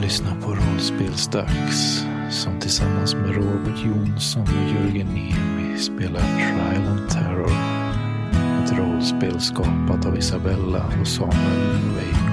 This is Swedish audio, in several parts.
lyssnar på Rollspelsdags som tillsammans med Robert Jonsson och Jörgen Niemi spelar Trial and Terror. Ett rollspel skapat av Isabella och Samuel Nueiko.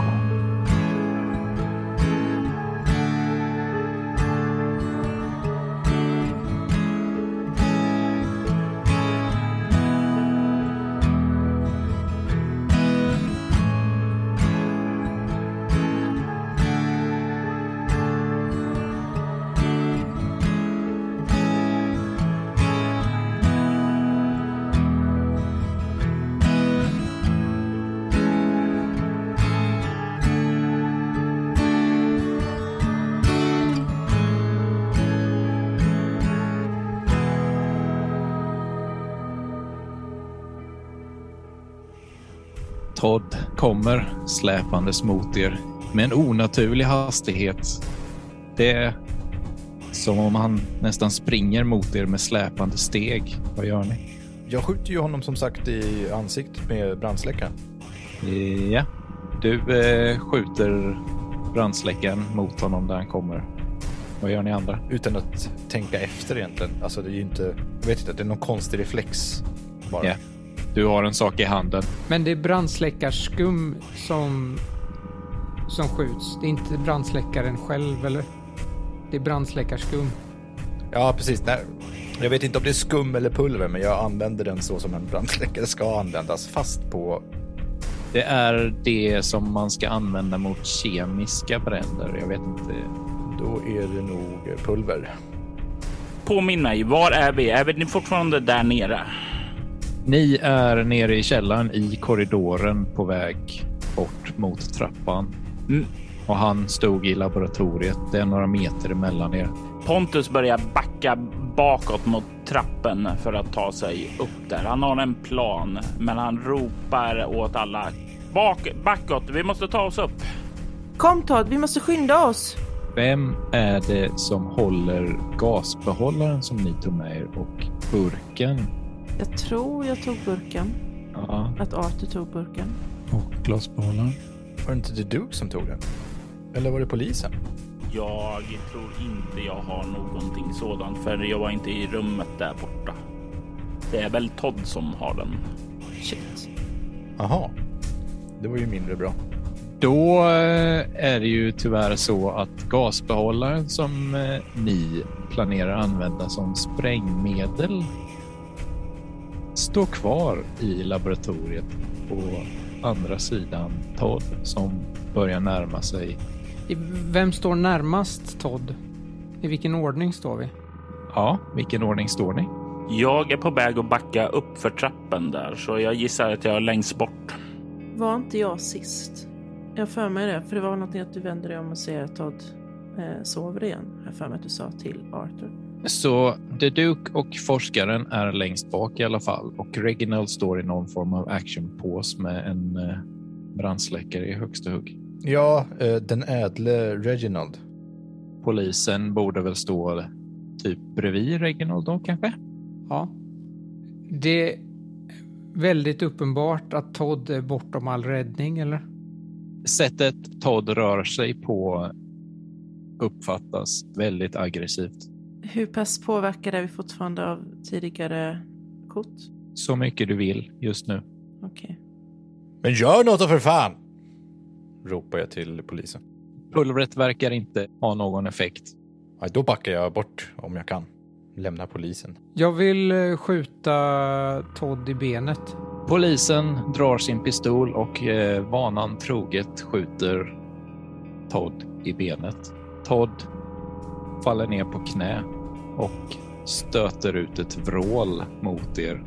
Todd kommer släpandes mot er med en onaturlig hastighet. Det är som om han nästan springer mot er med släpande steg. Vad gör ni? Jag skjuter ju honom som sagt i ansiktet med brandsläckaren. Ja, du skjuter brandsläckaren mot honom där han kommer. Vad gör ni andra? Utan att tänka efter egentligen. Alltså det är ju inte, jag vet inte, det är någon konstig reflex bara. Ja. Du har en sak i handen. Men det är brandsläckarskum som skjuts. Det är inte brandsläckaren själv, eller? Det är brandsläckarskum. Ja, precis. Nej, jag vet inte om det är skum eller pulver, men jag använder den så som en brandsläckare ska användas, fast på... Det är det som man ska använda mot kemiska bränder. Jag vet inte. Då är det nog pulver. Påminn mig, var är vi? Är vi fortfarande där nere? Ni är nere i källaren i korridoren på väg bort mot trappan. Och han stod i laboratoriet. Det är några meter emellan er. Pontus börjar backa bakåt mot trappen för att ta sig upp där. Han har en plan, men han ropar åt alla. Bakåt, vi måste ta oss upp. Kom Todd, vi måste skynda oss. Vem är det som håller gasbehållaren som ni tog med er och burken? Jag tror jag tog burken. Ja. Att Arthur tog burken. Och glasbehållaren. Var det inte The Duke som tog den? Eller var det polisen? Jag tror inte jag har någonting sådant, för jag var inte i rummet där borta. Det är väl Todd som har den. Shit. Aha. Det var ju mindre bra. Då är det ju tyvärr så att gasbehållaren som ni planerar använda som sprängmedel står kvar i laboratoriet på andra sidan Todd som börjar närma sig. Vem står närmast Todd? I vilken ordning står vi? Ja, vilken ordning står ni? Jag är på väg att backa upp för trappen där, så jag gissar att jag är längst bort. Var inte jag sist? Jag för mig det, för det var någonting att du vände dig om och ser att Todd sover igen. Jag för mig att du sa till Arthur. Så The Duke och forskaren är längst bak i alla fall. Och Reginald står i någon form av action-pose med en brandsläckare i högsta hugg. Ja, den ädle Reginald. Polisen borde väl stå typ bredvid Reginald då kanske? Ja. Det är väldigt uppenbart att Todd är bortom all räddning, eller? Sättet Todd rör sig på uppfattas väldigt aggressivt. Hur pass påverkade är vi fortfarande av tidigare kort? Så mycket du vill just nu. Okej. Men gör något för fan! Ropar jag till polisen. Pulvret verkar inte ha någon effekt. Ja, då backar jag bort om jag kan. Lämna polisen. Jag vill skjuta Todd i benet. Polisen drar sin pistol och vanan troget skjuter Todd i benet. Todd faller ner på knä och stöter ut ett vrål mot er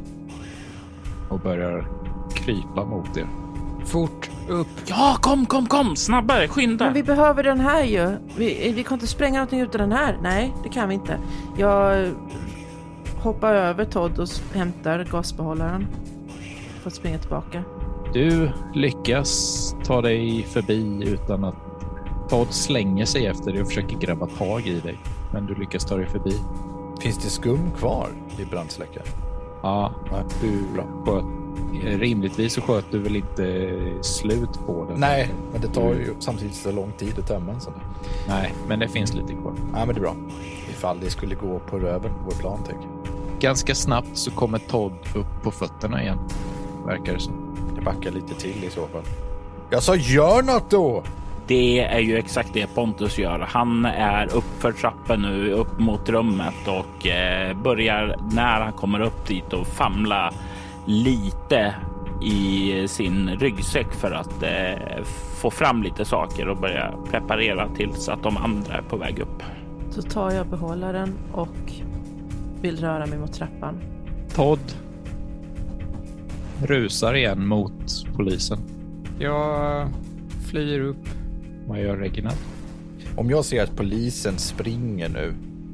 och börjar krypa mot er. Fort upp. Ja, kom, snabbare, skynda. Men vi behöver den här ju. Vi kan inte spränga någonting utan den här. Nej, det kan vi inte. Jag hoppar över Todd och hämtar gasbehållaren för att springa tillbaka. Du lyckas ta dig förbi utan att Todd slänger sig efter dig och försöker grabba tag i dig. Men du lyckas ta dig förbi. Finns det skum kvar i brandsläckaren? Ja, du Rimligtvis så sköt du väl inte slut på den? Nej, men det tar ju samtidigt så lång tid att tömma en sån där. Nej, men det finns lite kvar. Ja, men det är bra. Ifall det skulle gå på röven, vår plan, tänker jag. Ganska snabbt så kommer Todd upp på fötterna igen, verkar det som. Jag backar lite till i så fall. Jag sa gör något då! Det är ju exakt det Pontus gör. Han är uppför trappen nu, upp mot rummet och börjar när han kommer upp dit och famla lite i sin ryggsäck för att få fram lite saker och börja preparera tills att de andra är på väg upp. Så tar jag behållaren och vill röra mig mot trappan. Todd rusar igen mot polisen. Jag flyr upp. Vad gör Reginald? Om jag ser att polisen springer nu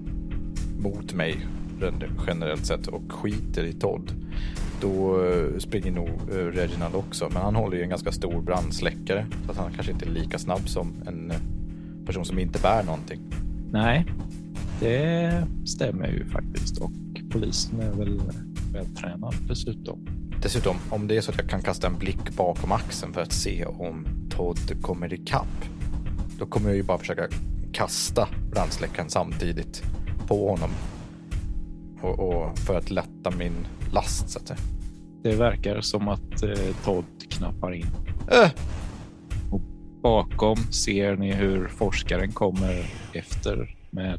mot mig generellt sett och skiter i Todd, då springer nog Reginald också. Men han håller ju en ganska stor brandsläckare, så att han kanske inte är lika snabb som en person som inte bär någonting. Nej, det stämmer ju faktiskt. Och polisen är väl vältränad dessutom. Dessutom, om det är så att jag kan kasta en blick bakom axeln för att se om Todd kommer i kapp, då kommer jag ju bara försöka kasta brandsläckaren samtidigt på honom och för att lätta min last, så att säga. Det verkar som att Todd knappar in. Och bakom ser ni hur forskaren kommer efter med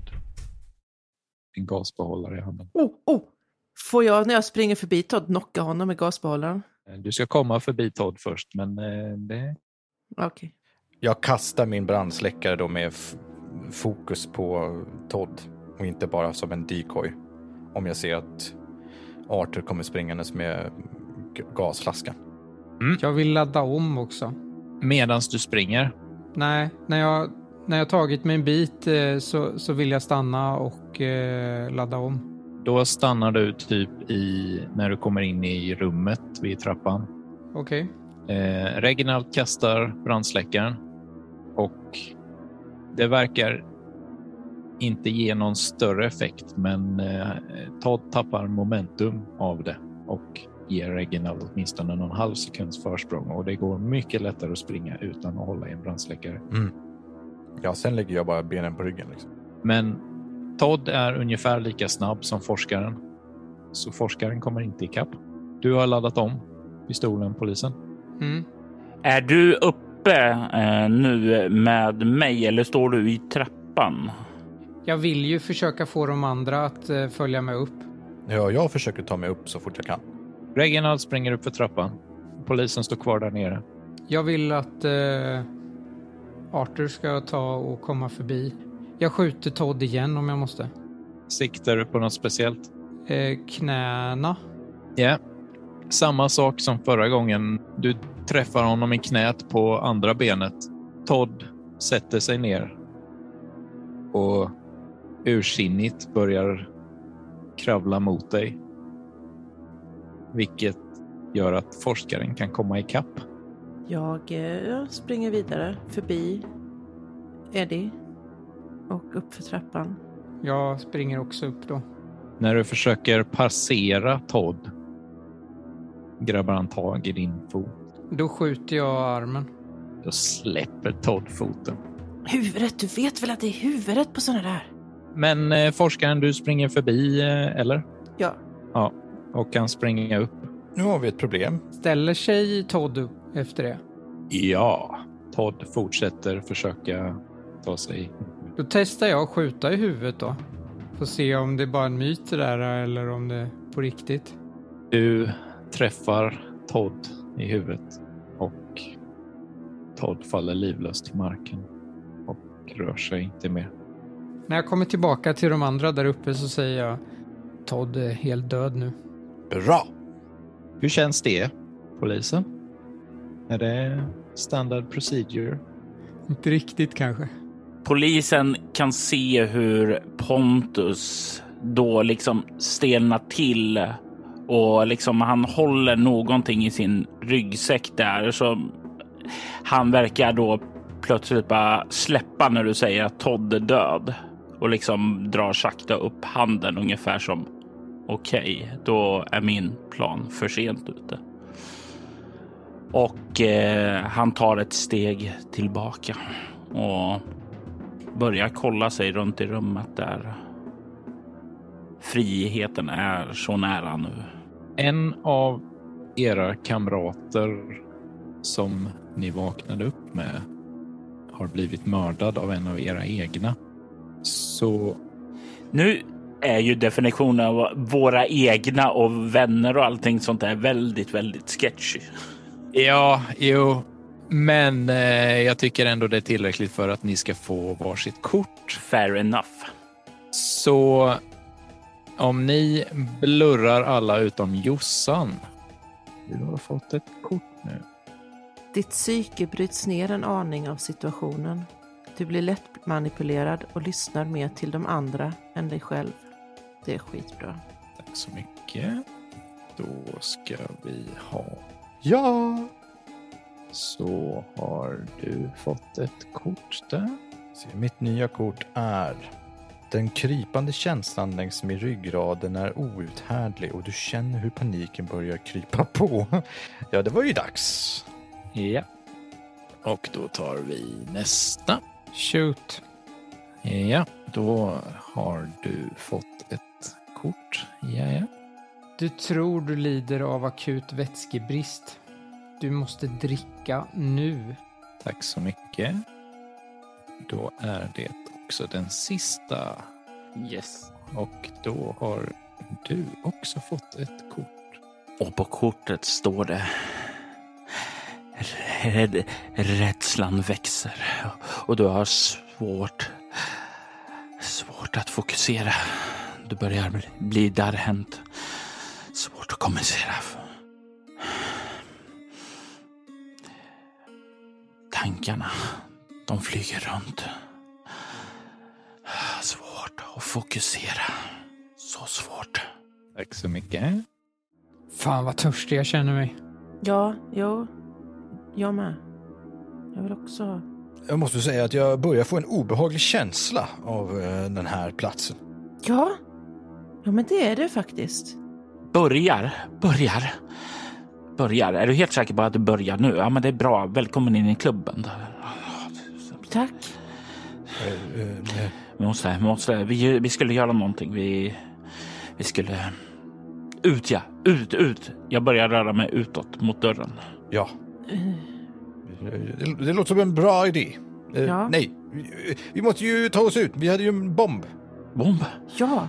en gasbehållare i handen. Får jag när jag springer förbi Todd knocka honom med gasbehållaren? Du ska komma förbi Todd först, men det... Okej. Jag kastar min brandsläckare då med fokus på Todd och inte bara som en decoy. Om jag ser att Arthur kommer springandes med gasflaskan. Jag vill ladda om också. Medans du springer? Nej, när jag tagit mig en bit så vill jag stanna och ladda om. Då stannar du typ när du kommer in i rummet vid trappan. Okej. Reginald kastar brandsläckaren och det verkar inte ge någon större effekt, men Todd tappar momentum av det och ger Reginald åtminstone någon halv sekunds försprång, och det går mycket lättare att springa utan att hålla i en brandsläckare. Ja, sen lägger jag bara benen på ryggen liksom. Men Todd är ungefär lika snabb som forskaren, så forskaren kommer inte ikapp. Du har laddat om pistolen, polisen. Är du uppe nu med mig eller står du i trappan? Jag vill ju försöka få de andra att följa med upp. Ja, jag försöker ta mig upp så fort jag kan. Reginald springer upp för trappan. Polisen står kvar där nere. Jag vill att Arthur ska ta och komma förbi. Jag skjuter Todd igen om jag måste. Siktar du på något speciellt? Knäna. Ja, samma sak som förra gången. Du träffar honom i knät på andra benet. Todd sätter sig ner och ursinnigt börjar kravla mot dig. Vilket gör att forskaren kan komma ikapp. Jag springer vidare förbi Eddie och upp för trappan. Jag springer också upp då. När du försöker passera Todd grabbar han tag i din fot. Då skjuter jag armen. Då släpper Todd foten. Huvudet, du vet väl att det är huvudet på såna där? Men forskaren, du springer förbi, eller? Ja. Ja, och kan springa upp. Nu har vi ett problem. Ställer sig Todd upp efter det? Ja, Todd fortsätter försöka ta sig. Då testar jag att skjuta i huvudet då. Får se om det är bara en myt där eller om det är på riktigt. Du träffar Todd i huvudet och Todd faller livlöst till marken och rör sig inte mer. När jag kommer tillbaka till de andra där uppe så säger jag: Todd är helt död nu. Bra! Hur känns det, polisen? Är det standard procedure? Inte riktigt kanske. Polisen kan se hur Pontus då liksom stelnar till och liksom han håller någonting i sin ryggsäck där, så han verkar då plötsligt bara släppa när du säger att Todd är död och liksom drar sakta upp handen ungefär som okej, då är min plan för sent ute. Och han tar ett steg tillbaka och börjar kolla sig runt i rummet där friheten är så nära nu. En av era kamrater som ni vaknade upp med har blivit mördad av en av era egna. Så nu är ju definitionen av våra egna och vänner och allting sånt där väldigt, väldigt sketchy. ja, jo. Men jag tycker ändå det är tillräckligt för att ni ska få varsitt kort. Fair enough. Så om ni blurrar alla utom Jossan. Du har fått ett kort nu. Ditt psyke bryts ner en aning av situationen. Du blir lätt manipulerad och lyssnar mer till de andra än dig själv. Det är skitbra. Tack så mycket. Då ska vi ha... Ja! Så har du fått ett kort där. Så mitt nya kort är: den krypande känslan längs med ryggraden är outhärdlig och du känner hur paniken börjar krypa på. Ja, det var ju dags. Ja. Och då tar vi nästa. Shoot. Ja, då har du fått ett kort. Ja. Du tror du lider av akut vätskebrist. Du måste dricka nu. Tack så mycket. Då är det också den sista. Yes. Och då har du också fått ett kort. Och på kortet står det: rädslan växer och du har svårt att fokusera. Du börjar bli därhänt. Svårt att kommunicera. Tankarna, de flyger runt. Svårt att fokusera. Så svårt. Tack så mycket. Fan vad törstig jag känner mig. Ja, jag med. Jag vill också... Jag måste säga att jag börjar få en obehaglig känsla av den här platsen. Ja, men det är det faktiskt. Börjar. Är du helt säker på att du börjar nu? Ja, men det är bra. Välkommen in i klubben. Tack. Vi skulle göra någonting. Vi skulle... Ut. Jag börjar röra mig utåt mot dörren. Ja. Det låter som en bra idé. Ja. Nej, vi måste ju ta oss ut. Vi hade ju en bomb. Bomb? Ja.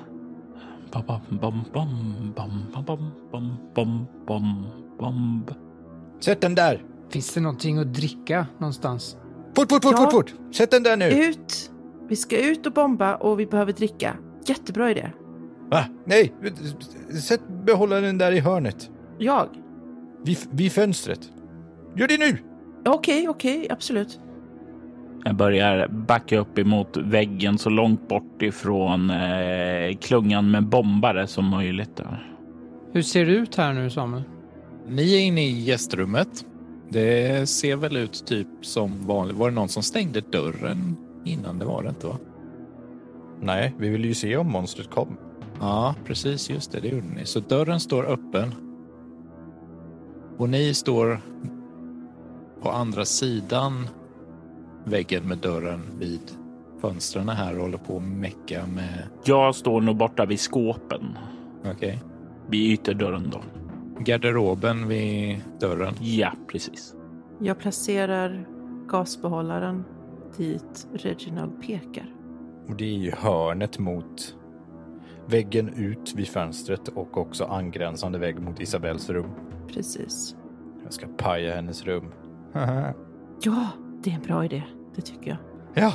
Bomb. Sätt den där. Finns det någonting att dricka någonstans? Fort. Sätt den där nu. Ut. Vi ska ut och bomba och vi behöver dricka. Jättebra idé. Va? Nej, sätt behållaren där i hörnet. Jag? Vid fönstret. Gör det nu! Okej, absolut. Jag börjar backa upp emot väggen så långt bort ifrån klungan med bombare som möjligt. Hur ser det ut här nu, Samuel? Ni är inne i gästrummet. Det ser väl ut typ som vanligt. Var det någon som stängde dörren innan? Det var det inte, va? Nej, vi ville ju se om monstret kom. Ja, precis. Just det gjorde ni. Så dörren står öppen. Och ni står på andra sidan väggen med dörren vid fönstren här och håller på att mecka med... Jag står nog borta vid skåpen. Okej. Vid ytterdörren då. Garderoben vid dörren. Ja, precis. Jag placerar gasbehållaren dit Reginald pekar. Och det är ju hörnet mot väggen ut vid fönstret och också angränsande vägg mot Isabells rum. Precis. Jag ska paja hennes rum. Ja, det är en bra idé. Det tycker jag.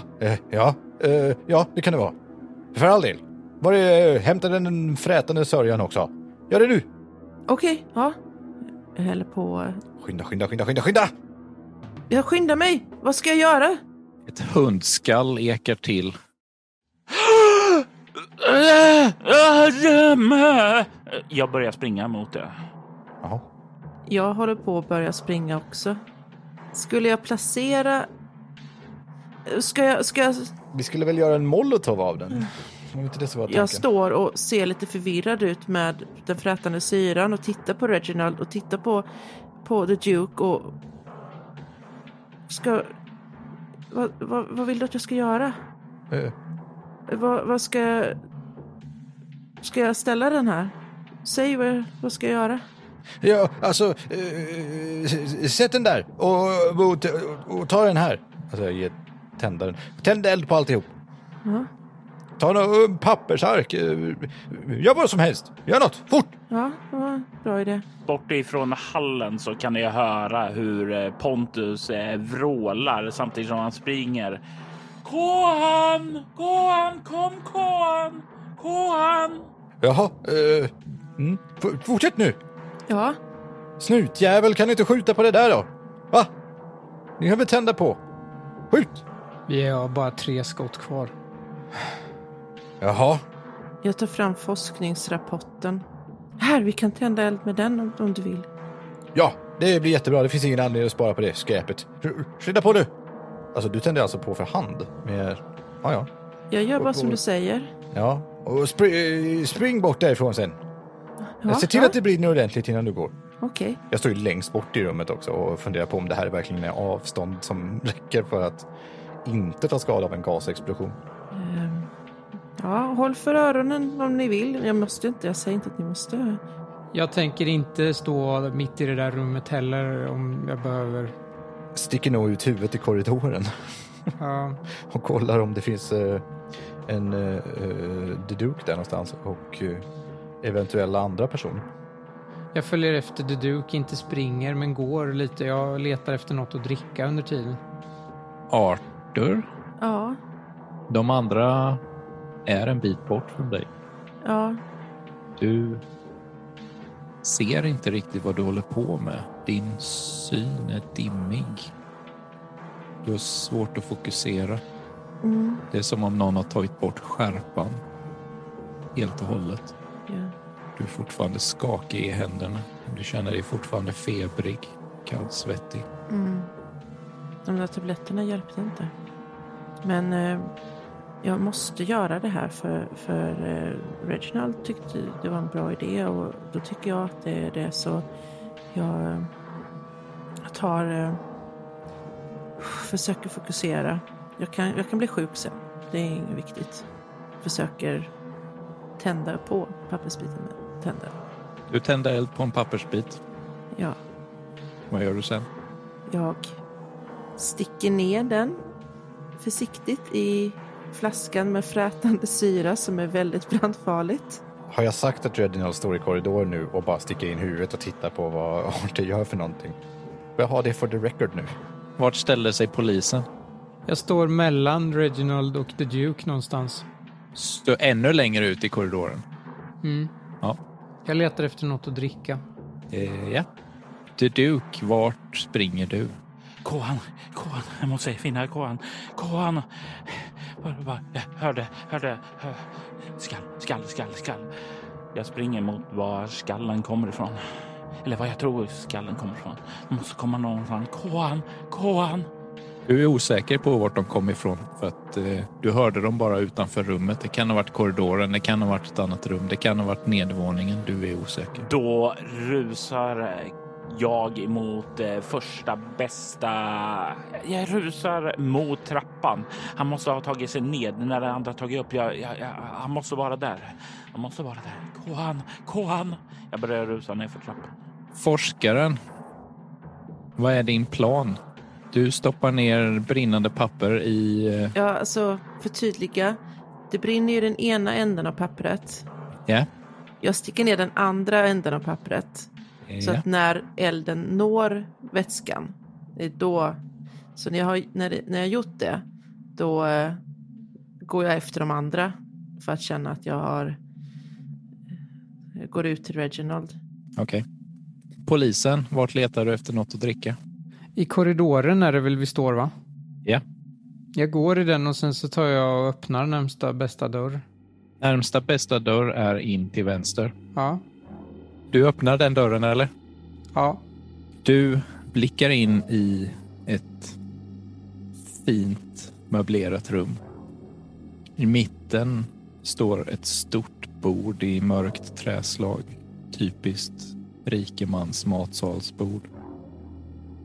Ja, det kan det vara. För all del. Var det hämta den frätande sörjan också? Gör det nu! Okej, ja. Jag häller på... Skynda! Jag skyndar mig! Vad ska jag göra? Ett hundskall ekar till. Jag börjar springa mot det. Jaha. Jag håller på att börja springa också. Skulle jag placera... Ska jag... Vi skulle väl göra en molotov av den. Inte det som var tanken. Jag står och ser lite förvirrad ut med den frätande syran och tittar på Reginald och tittar på på The Duke och ska... Vad vill du att jag ska göra? Vad ska... Ska jag ställa den här? Säg vad ska jag göra? Ja, alltså... sätt den där och ta den här. Alltså jag ger tändaren. Tänd eld på alltihop. Ja. Ta någon pappersark. Gör vad som helst. Gör något. Fort! Ja, bra idé. Bortifrån hallen så kan jag höra hur Pontus vrålar samtidigt som han springer. Kohan! Kom Kohan! Jaha, fortsätt nu. Ja. Snutjävel, kan du inte skjuta på det där då? Va? Ni kan väl tända på. Skjut! Vi har bara 3 skott kvar. Jaha. Jag tar fram forskningsrapporten. Här, vi kan tända eld med den om du vill. Ja, det blir jättebra. Det finns ingen anledning att spara på det skräpet. Skynda på nu. Alltså, du tänder alltså på för hand med... Ja. Jag gör bara som du säger. Ja, och spring bort därifrån sen. Ja, Se till att det blir ordentligt innan du går. Okej. Jag står ju längst bort i rummet också och funderar på om det här verkligen är avstånd som räcker för att inte ta skada av en gasexplosion. Ja, håll för öronen om ni vill. Jag säger inte att ni måste. Jag tänker inte stå mitt i det där rummet heller om jag behöver. Sticker nog ut huvudet i korridoren. Ja. Och kollar om det finns en The Duke där någonstans och eventuella andra personer. Jag följer efter The Duke, inte springer men går lite. Jag letar efter något att dricka under tiden. Arthur? Ja. De andra är en bit bort från dig. Ja. Du ser inte riktigt vad du håller på med. Din syn är dimmig. Du har svårt att fokusera. Det är som om någon har tagit bort skärpan helt och hållet. Yeah. Du är fortfarande skakig i händerna. Du känner dig fortfarande febrig, kallsvettig. De där tabletterna hjälpte inte. Men jag måste göra det här för Reginald tyckte det var en bra idé och då tycker jag att det är det, så jag tar försöker fokusera. Jag kan bli sjuk sen. Det är inget viktigt. Försöker tända på pappersbiten med tänder. Du tänder eld på en pappersbit. Ja. Vad gör du sen? Jag sticker ner den försiktigt i flaskan med frätande syra som är väldigt brandfarligt. Har jag sagt att Reginald står i korridor nu och bara sticker in huvudet och tittar på vad Arthur gör för någonting? Jag har det för the record nu. Vart ställer sig polisen? Jag står mellan Reginald och The Duke någonstans. Står ännu längre ut i korridoren. Ja. Jag letar efter något att dricka. Ja. The Duke, vart springer du? Kohan, jag måste finna Kohan. Jag hörde. Skall. Jag springer mot var skallen kommer ifrån. Eller vad jag tror skallen kommer ifrån. Det måste komma någonstans. Kohan. Du är osäker på vart de kom ifrån för att du hörde dem bara utanför rummet. Det kan ha varit korridoren, det kan ha varit ett annat rum, det kan ha varit nedervåningen. Du är osäker. Då rusar jag mot första bästa... Jag rusar mot trappan. Han måste ha tagit sig ned när den andra tagit upp. Han måste vara där. Kohan. Jag börjar rusa ner för trappan. Forskaren, vad är din plan? Du stoppar ner brinnande papper i... Ja, alltså förtydliga. Det brinner ju den ena änden av pappret. Ja. Jag sticker ner den andra änden av pappret. Ja. Så att när elden når vätskan, det är då... Så när jag gjort det, då går jag efter de andra för att känna att jag går ut till Reginald. Okej. Polisen, vart letar du efter något att dricka? I korridoren är det väl vi står, va? Ja. Jag går i den och sen så tar jag och öppnar närmsta bästa dörr. Närmsta bästa dörr är in till vänster. Ja. Du öppnar den dörren, eller? Ja. Du blickar in i ett fint möblerat rum. I mitten står ett stort bord i mörkt träslag. Typiskt rikemans matsalsbord.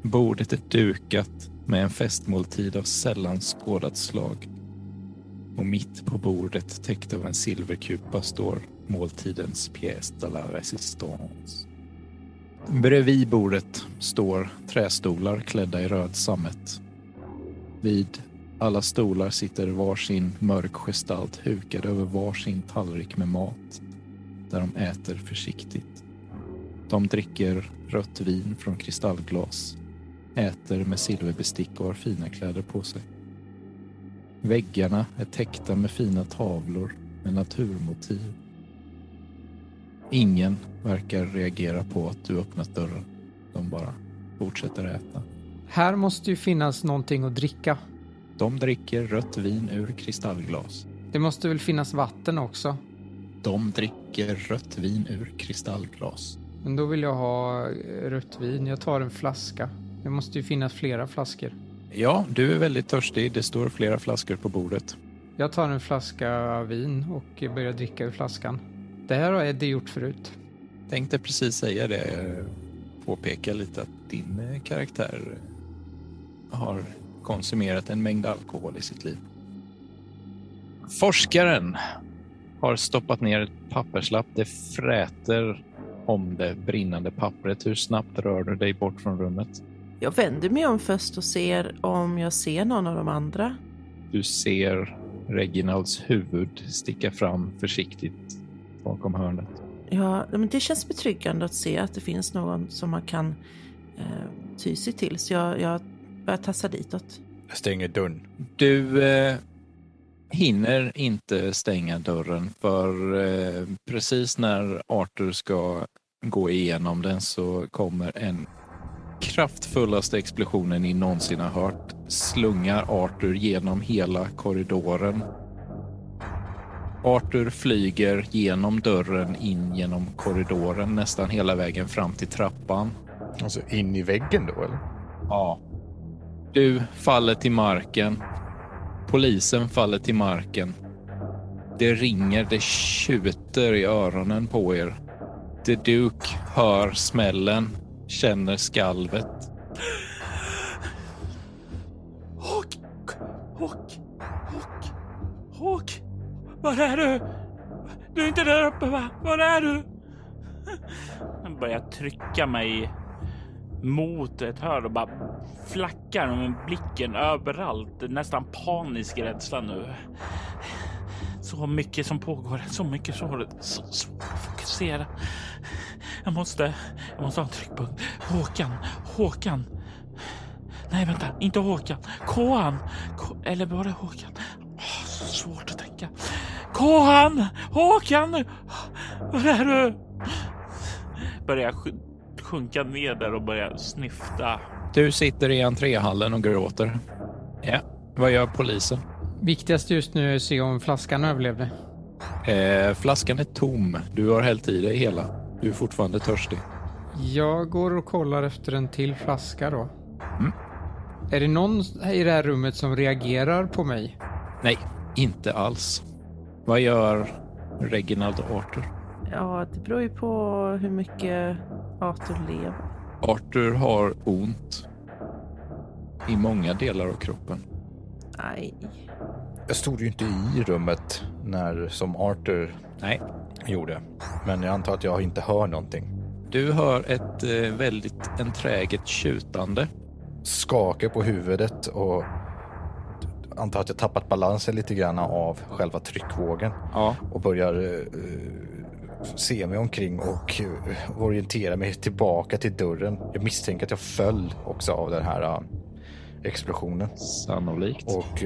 Bordet är dukat med en festmåltid av sällan skådat slag. Och mitt på bordet, täckt av en silverkupa, står måltidens pièce de la résistance. Bredvid bordet står trästolar klädda i röd sammet. Vid alla stolar sitter varsin mörk gestalt hukad över varsin tallrik med mat, där de äter försiktigt. De dricker rött vin från kristallglas, äter med silverbestick och har fina kläder på sig. Väggarna är täckta med fina tavlor med naturmotiv. Ingen verkar reagera på att du öppnat dörren. De bara fortsätter äta. Här måste ju finnas någonting att dricka. De dricker rött vin ur kristallglas. Det måste väl finnas vatten också. De dricker rött vin ur kristallglas. Men då vill jag ha rött vin. Jag tar en flaska. Det måste ju finnas flera flaskor. Ja, du är väldigt törstig. Det står flera flaskor på bordet. Jag tar en flaska vin och börjar dricka ur flaskan. Det här har Eddie gjort förut. Tänkte precis säga det. Påpeka lite att din karaktär har konsumerat en mängd alkohol i sitt liv. Forskaren har stoppat ner ett papperslapp. Det fräter om det brinnande pappret. Hur snabbt rör du dig bort från rummet? Jag vänder mig om först och ser om jag ser någon av de andra. Du ser Reginalds huvud sticka fram försiktigt bakom hörnet. Ja, men det känns betryggande att se att det finns någon som man kan ty sig till. Så jag börjar tassa ditåt. Jag stänger dörren. Du hinner inte stänga dörren, för precis när Arthur ska gå igenom den så kommer en kraftfullaste explosionen ni någonsin har hört. Slungar Arthur genom hela korridoren. Arthur flyger genom dörren in genom korridoren nästan hela vägen fram till trappan. Alltså in i väggen då, eller? Ja. Du faller till marken. Polisen faller till marken. Det ringer, det tjuter i öronen på er. The Duke hör smällen, känner skalvet. Hawk, var är du? Du är inte där uppe, va? Var är du? Jag börjar trycka mig mot ett hörn och bara flackar med blicken överallt. Nästan panisk rädsla nu. Så mycket som pågår, så mycket så svårt att fokusera. Jag måste ha en tryckpunkt. Håkan. Nej, vänta, inte Håkan. Kohan. Eller var det Håkan? Så svårt att tänka. Kohan! Håkan! Var är du? Börjar sjunka ner där och börjar snyfta. Du sitter i entréhallen och gråter. Ja, vad gör polisen? Viktigast just nu är att se om flaskan överlevde. Flaskan är tom. Du har hällt i dig hela. Du är fortfarande törstig. Jag går och kollar efter en till flaska då. Mm. Är det någon i det här rummet som reagerar på mig? Nej, inte alls. Vad gör Reginald och Arthur? Ja, det beror ju på hur mycket Arthur lever. Arthur har ont i många delar av kroppen. Nej. Jag stod ju inte i rummet som Arthur gjorde. Men jag antar att jag inte hör någonting. Du hör ett väldigt enträget tjutande. Skakar på huvudet och antar att jag tappat balansen lite grann av själva tryckvågen. Ja. Och börjar se mig omkring och orientera mig tillbaka till dörren. Jag misstänker att jag föll också av den här explosionen. Sannolikt. Och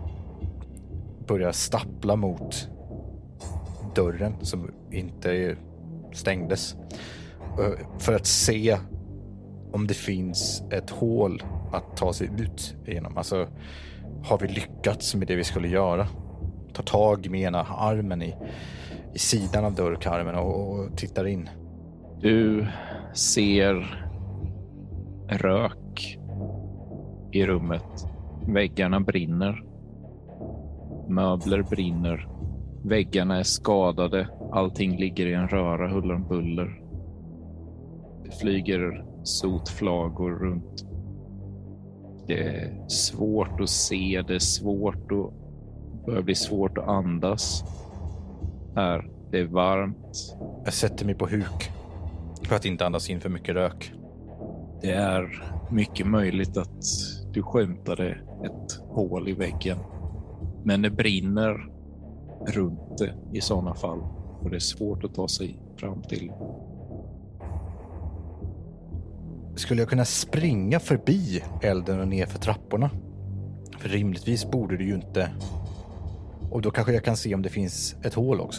börjar stappla mot dörren som inte stängdes. För att se om det finns ett hål att ta sig ut igenom. Alltså, har vi lyckats med det vi skulle göra? Ta tag med ena armen i sidan av dörrkarmen och tittar in. Du ser rök i rummet. Väggarna brinner. Möbler brinner. Väggarna är skadade. Allting ligger i en röra, huller om buller. Det flyger sotflagor runt. Det är svårt att se, det är svårt att börjar bli svårt att andas. Här, det är varmt. Jag sätter mig på huk för att inte andas in för mycket rök. Det är mycket möjligt att du skymtade ett hål i väggen. Men det brinner runt det i sådana fall. Och det är svårt att ta sig fram till. Skulle jag kunna springa förbi elden och ner för trapporna? För rimligtvis borde det ju inte. Och då kanske jag kan se om det finns ett hål också.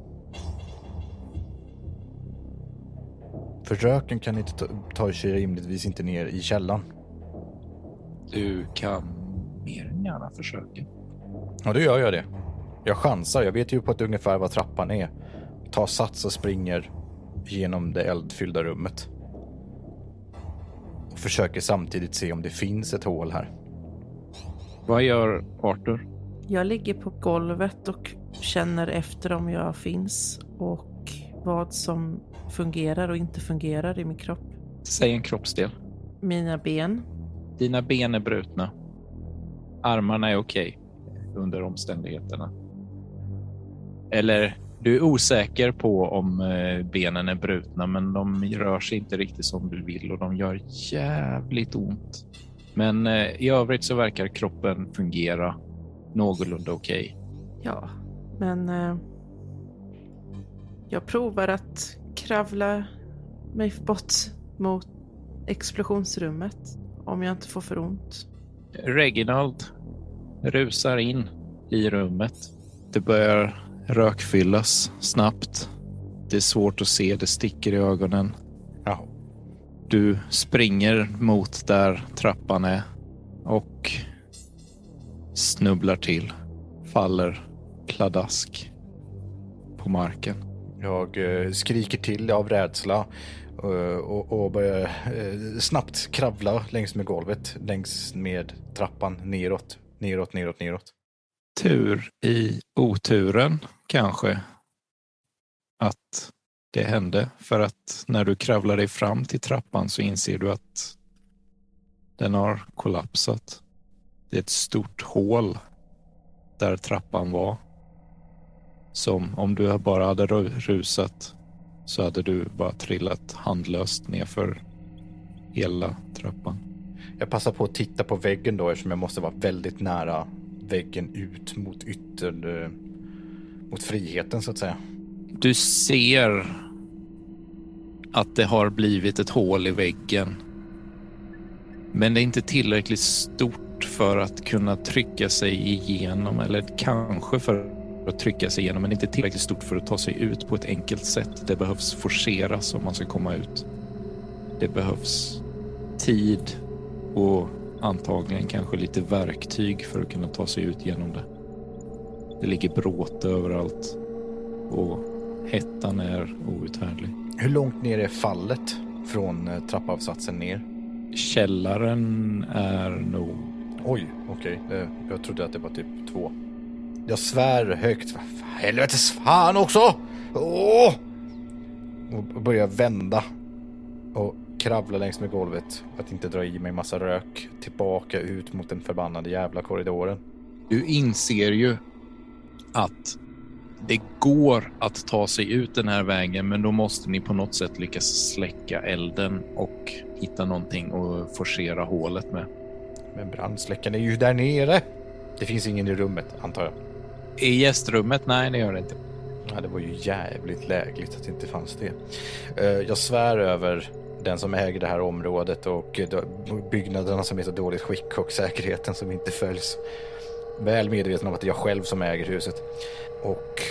För röken kan inte ta sig rimligtvis inte ner i källan. Du kan mer än gärna försöka. Ja, då gör jag det. Jag chansar, jag vet ju på att ungefär vad trappan är. Ta sats och springer genom det eldfyllda rummet. Och försöker samtidigt se om det finns ett hål här. Vad gör Arthur? Jag ligger på golvet och känner efter om jag finns och vad som fungerar och inte fungerar i min kropp. Säg en kroppsdel. Mina ben. Dina ben är brutna. Armarna är okej under omständigheterna. Eller du är osäker på om benen är brutna, men de rör sig inte riktigt som du vill och de gör jävligt ont. Men i övrigt så verkar kroppen fungera någorlunda okej. Ja, men jag provar att kravla mig bort mot explosionsrummet om jag inte får för ont. Reginald rusar in i rummet. Det börjar rökfyllas snabbt. Det är svårt att se, det sticker i ögonen. Ja. Du springer mot där trappan är och snubblar till. Faller pladask på marken. Jag skriker till av rädsla och börjar snabbt kravla längs med golvet, längs med trappan, neråt. Tur i oturen kanske att det hände, för att när du kravlar dig fram till trappan så inser du att den har kollapsat. Det är ett stort hål där trappan var. Som om du bara hade rusat så hade du bara trillat handlöst nerför hela trappan. Jag passar på att titta på väggen då, eftersom jag måste vara väldigt nära väggen ut mot mot friheten så att säga. Du ser att det har blivit ett hål i väggen. Men det är inte tillräckligt stort för att kunna trycka sig igenom, eller kanske för att trycka sig igenom, men inte tillräckligt stort för att ta sig ut på ett enkelt sätt. Det behövs forceras om man ska komma ut. Det behövs tid och antagligen kanske lite verktyg för att kunna ta sig ut genom det. Det ligger bråte överallt och hettan är outhärdlig. Hur långt ner är fallet från trappavsatsen ner? Källaren är nog... Oj, okej. Jag trodde att det var typ 2. Jag svär högt. Helvetes fan också! Åh! Och börjar vända och kravla längs med golvet för att inte dra i mig massa rök tillbaka ut mot den förbannade jävla korridoren. Du inser ju att det går att ta sig ut den här vägen, men då måste ni på något sätt lyckas släcka elden och hitta någonting och forcera hålet med. Men brandsläckaren är ju där nere. Det finns ingen i rummet, antar jag. I gästrummet? Nej, det gör det inte. Ja, det var ju jävligt lägligt att det inte fanns det. Jag svär över den som äger det här området och byggnaderna som är så dåligt skick och säkerheten som inte följs. Väl medveten om att det är jag själv som äger huset. Och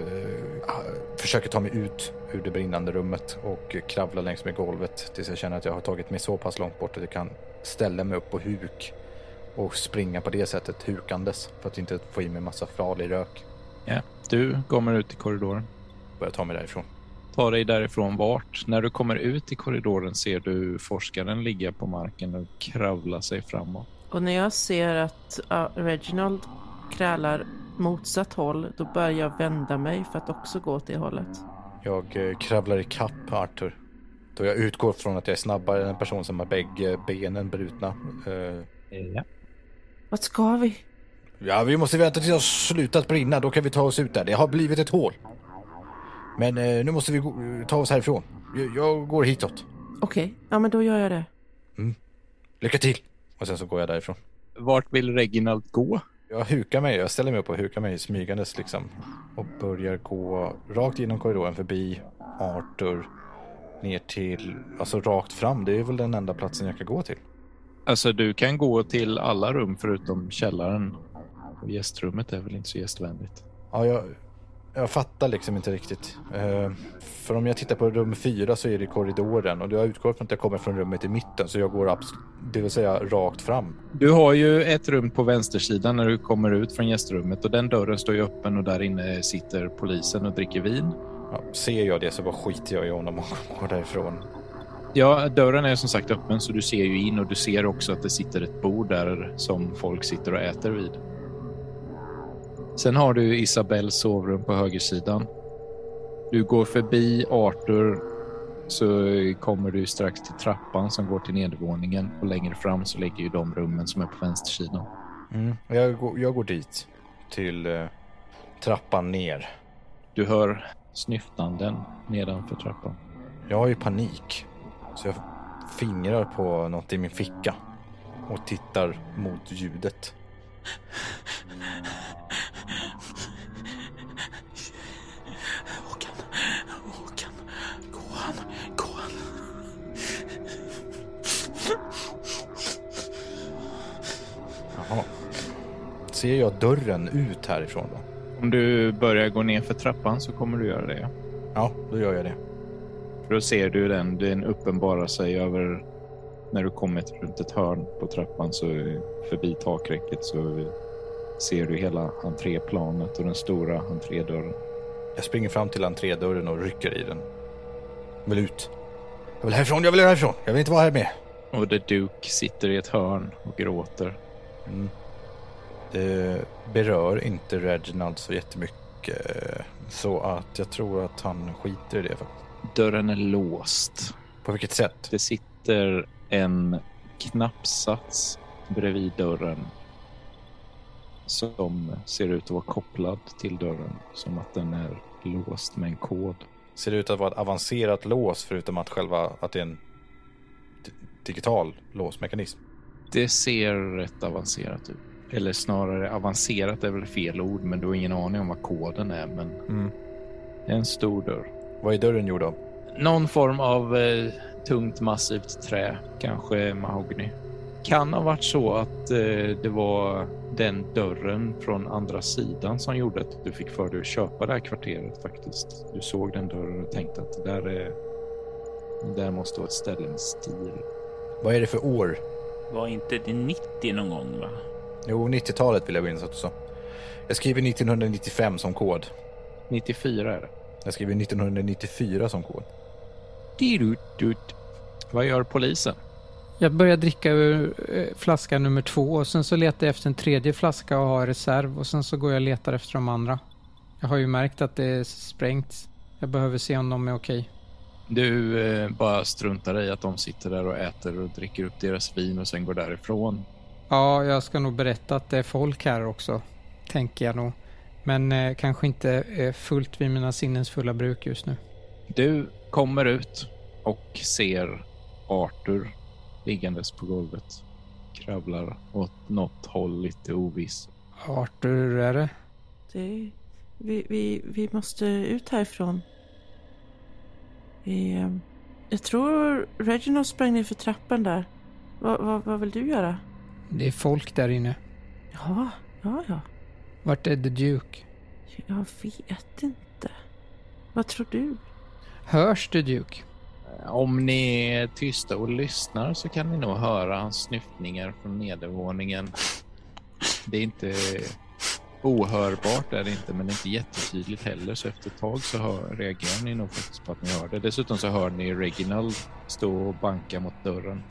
försöker ta mig ut ur det brinnande rummet och kravla längs med golvet tills jag känner att jag har tagit mig så pass långt bort att jag kan ställa mig upp på huk och springa på det sättet hukandes för att inte få i mig massa farlig rök. Ja, du kommer ut i korridoren. Börjar ta mig därifrån. Ta dig därifrån vart? När du kommer ut i korridoren ser du forskaren ligga på marken och kravla sig framåt. Och när jag ser att Reginald krälar motsatt håll, då börjar jag vända mig för att också gå åt det hållet. Jag kravlar i kapp Arthur. Då jag utgår från att jag är snabbare än en person som har bägge benen brutna. Ja. Vart ska vi? Ja, vi måste vänta tills det har slutat brinna. Då kan vi ta oss ut där. Det har blivit ett hål. Men nu måste vi ta oss härifrån. Jag går hitåt. Okej, ja men då gör jag det. Lycka till! Och sen så går jag därifrån. Vart vill Reginald gå? Jag ställer mig upp och hukar mig smygandes liksom. Och börjar gå rakt genom korridoren förbi Arthur ner till, alltså rakt fram. Det är väl den enda platsen jag kan gå till. Alltså du kan gå till alla rum förutom källaren. Och gästrummet är väl inte så gästvänligt. Ja, jag fattar liksom inte riktigt. För om jag tittar på rum 4 så är det korridoren. Och jag utgår från att jag kommer från rummet i mitten. Så jag går det vill säga rakt fram. Du har ju ett rum på vänstersidan när du kommer ut från gästrummet. Och den dörren står ju öppen och där inne sitter polisen och dricker vin. Ja, ser jag det så bara skiter jag i honom och går därifrån. Ja, dörren är som sagt öppen så du ser ju in och du ser också att det sitter ett bord där som folk sitter och äter vid. Sen har du Isabells sovrum på högersidan. Du går förbi Arthur så kommer du strax till trappan som går till nedervåningen och längre fram så ligger ju de rummen som är på vänstersidan. Jag går dit till trappan ner. Du hör snyftanden nedanför trappan. Jag har ju panik. Så jag fingrar på något i min ficka och tittar mot ljudet. Håkan, gå han. Jaha. Ser jag dörren ut härifrån då? Om du börjar gå ner för trappan så kommer du göra det. Ja, då gör jag det. För då ser du den uppenbarar sig över när du kommer runt ett hörn på trappan så förbi takräcket så ser du hela entréplanet och den stora entrédörren. Jag springer fram till entrédörren och rycker i den. Jag vill ut. Jag vill härifrån. Jag vill inte vara här med. Och The Duke sitter i ett hörn och gråter. Det berör inte Reginald så jättemycket. Så att jag tror att han skiter i det. Dörren är låst. På vilket sätt? Det sitter en knappsats bredvid dörren som ser ut att vara kopplad till dörren. Som att den är låst med en kod. Ser det ut att vara ett avancerat lås förutom att att det är en digital låsmekanism? Det ser rätt avancerat ut. Eller snarare avancerat är väl fel ord, men du har ingen aning om vad koden är. Men det är en stor dörr. Vad är dörren gjord av? Någon form av tungt massivt trä, kanske mahogny. Kan ha varit så att det var den dörren från andra sidan som gjorde att du fick för dig att köpa det här kvarteret faktiskt. Du såg den dörren och tänkte att där måste vara ett ställe med stil. Vad är det för år? Var inte det 90 någon gång va? Jo, 90-talet vill jag minnas också. Jag skriver 1995 som kod. 94 är det. Jag skriver 1994 som kod. Vad gör polisen? Jag börjar dricka ur flaska nummer 2 och sen så letar jag efter en tredje flaska och har reserv och sen så går jag och letar efter de andra. Jag har ju märkt att det är sprängt. Jag behöver se om de är okej. Du bara struntar i att de sitter där och äter och dricker upp deras vin och sen går därifrån. Ja, jag ska nog berätta att det är folk här också, tänker jag nog. Men kanske inte fullt vid mina sinnens fulla bruk just nu. Du kommer ut och ser Arthur liggandes på golvet. Kravlar åt något håll lite oviss. Arthur, är det? Vi måste ut härifrån. Jag tror Reginald sprang ner för trappan där. Vad vill du göra? Det är folk där inne. Ja. Vart är The Duke? Jag vet inte. Vad tror du? Hörs The Duke? Om ni är tysta och lyssnar så kan ni nog höra hans snyftningar från nedervåningen. Det är inte ohörbart, är det inte, men det är inte jättetydligt heller. Så efter ett tag så reagerar ni nog faktiskt på att ni hör det. Dessutom så hör ni Reginald stå och banka mot dörren.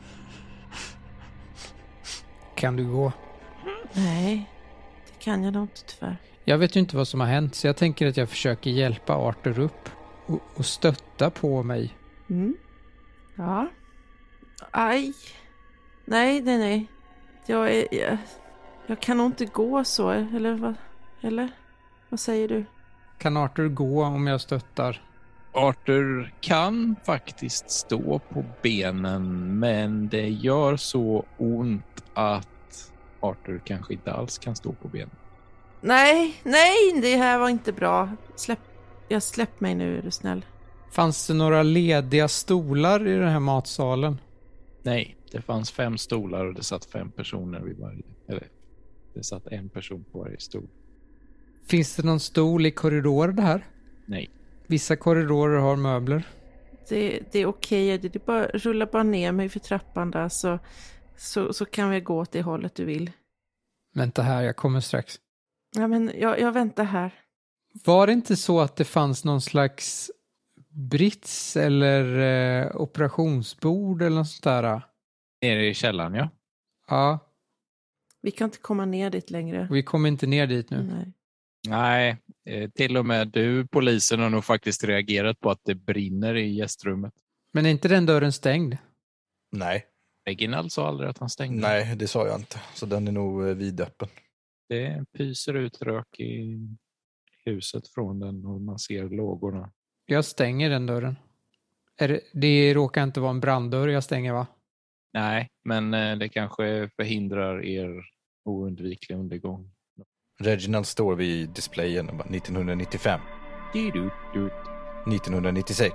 Kan du gå? Nej, det kan jag nog inte tyvärr. Jag vet ju inte vad som har hänt så jag tänker att jag försöker hjälpa Arthur upp och stötta på mig. Ja. Aj. Nej. Jag kan nog inte gå så, eller vad? Eller? Vad säger du? Kan Arthur gå om jag stöttar? Arthur kan faktiskt stå på benen, men det gör så ont att Arthur kanske inte alls kan stå på benen. Nej, det här var inte bra. Släpp mig nu, är du snäll. Fanns det några lediga stolar i den här matsalen? Nej, det fanns 5 stolar och det satt 5 personer vid varje. Eller, det satt en person på varje stol. Finns det någon stol i korridoren här? Nej. Vissa korridorer har möbler. Det är okej. Det är bara rulla bara ner mig för trappan där så kan vi gå åt det hållet du vill. Vänta här, jag kommer strax. Ja, men jag väntar här. Var det inte så att det fanns någon slags brits eller operationsbord eller något sånt där? Nere i källaren, ja. Ja. Vi kan inte komma ner dit längre. Vi kommer inte ner dit nu. Nej. Nej, till och med du, polisen, har nog faktiskt reagerat på att det brinner i gästrummet. Men är inte den dörren stängd? Nej. Reginald sa aldrig att han stängde. Nej, det sa jag inte. Så den är nog vidöppen. Det pyser ut rök i huset från den och man ser lågorna. Jag stänger den dörren. Det råkar inte vara en branddörr jag stänger, va? Nej, men det kanske förhindrar er oundvikliga undergång. Reginald står vid displayen 1995. 1996.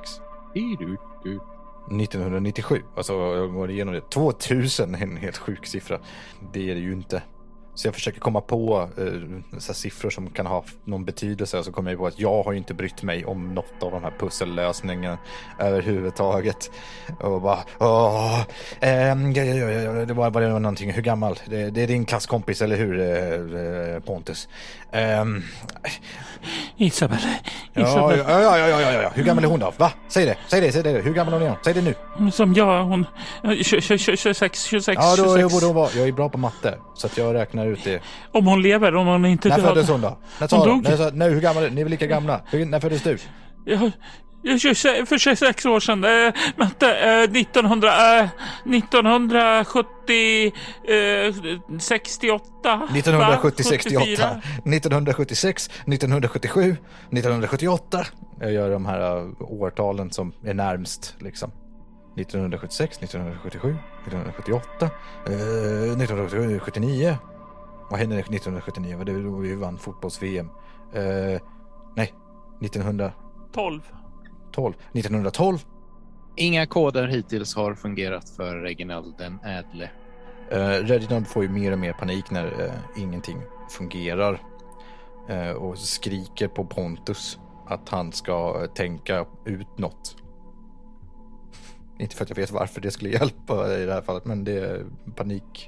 1997. Alltså jag går igenom det. 2000 är en helt sjuk siffra. Det är det ju inte. Så jag försöker komma på så siffror som kan ha någon betydelse. Och så kommer jag på att jag har ju inte brytt mig om något av de här pussellösningarna överhuvudtaget. Och bara, det var någonting. Hur gammal? Det är din klasskompis, eller hur, Pontus? Isabel. Ja. Hur gammal är hon då? Va? Säg det. Hur gammal är hon? Säg det nu. Som jag, hon 26. Ja, då borde hon vara. Jag är bra på matte, så att jag räknar ut det. Om hon lever, om hon inte död. När föddes hon då? Hon dog. Nej, hur gammal är ni? Är väl lika gamla? När föddes du? För 26 år sedan. 1968. 1968. 1976, 1977, 1978. Jag gör de här årtalen som är närmst liksom. 1976, 1977, 1978, 1979. Vad hände 1979? Var det då vi vann fotbolls-VM? Nej, 1912. 1912. Inga koder hittills har fungerat för Reginald den ädle. Reginald får ju mer och mer panik när ingenting fungerar. Och skriker på Pontus att han ska tänka ut något. Inte för att jag vet varför det skulle hjälpa i det här fallet, men det är panik.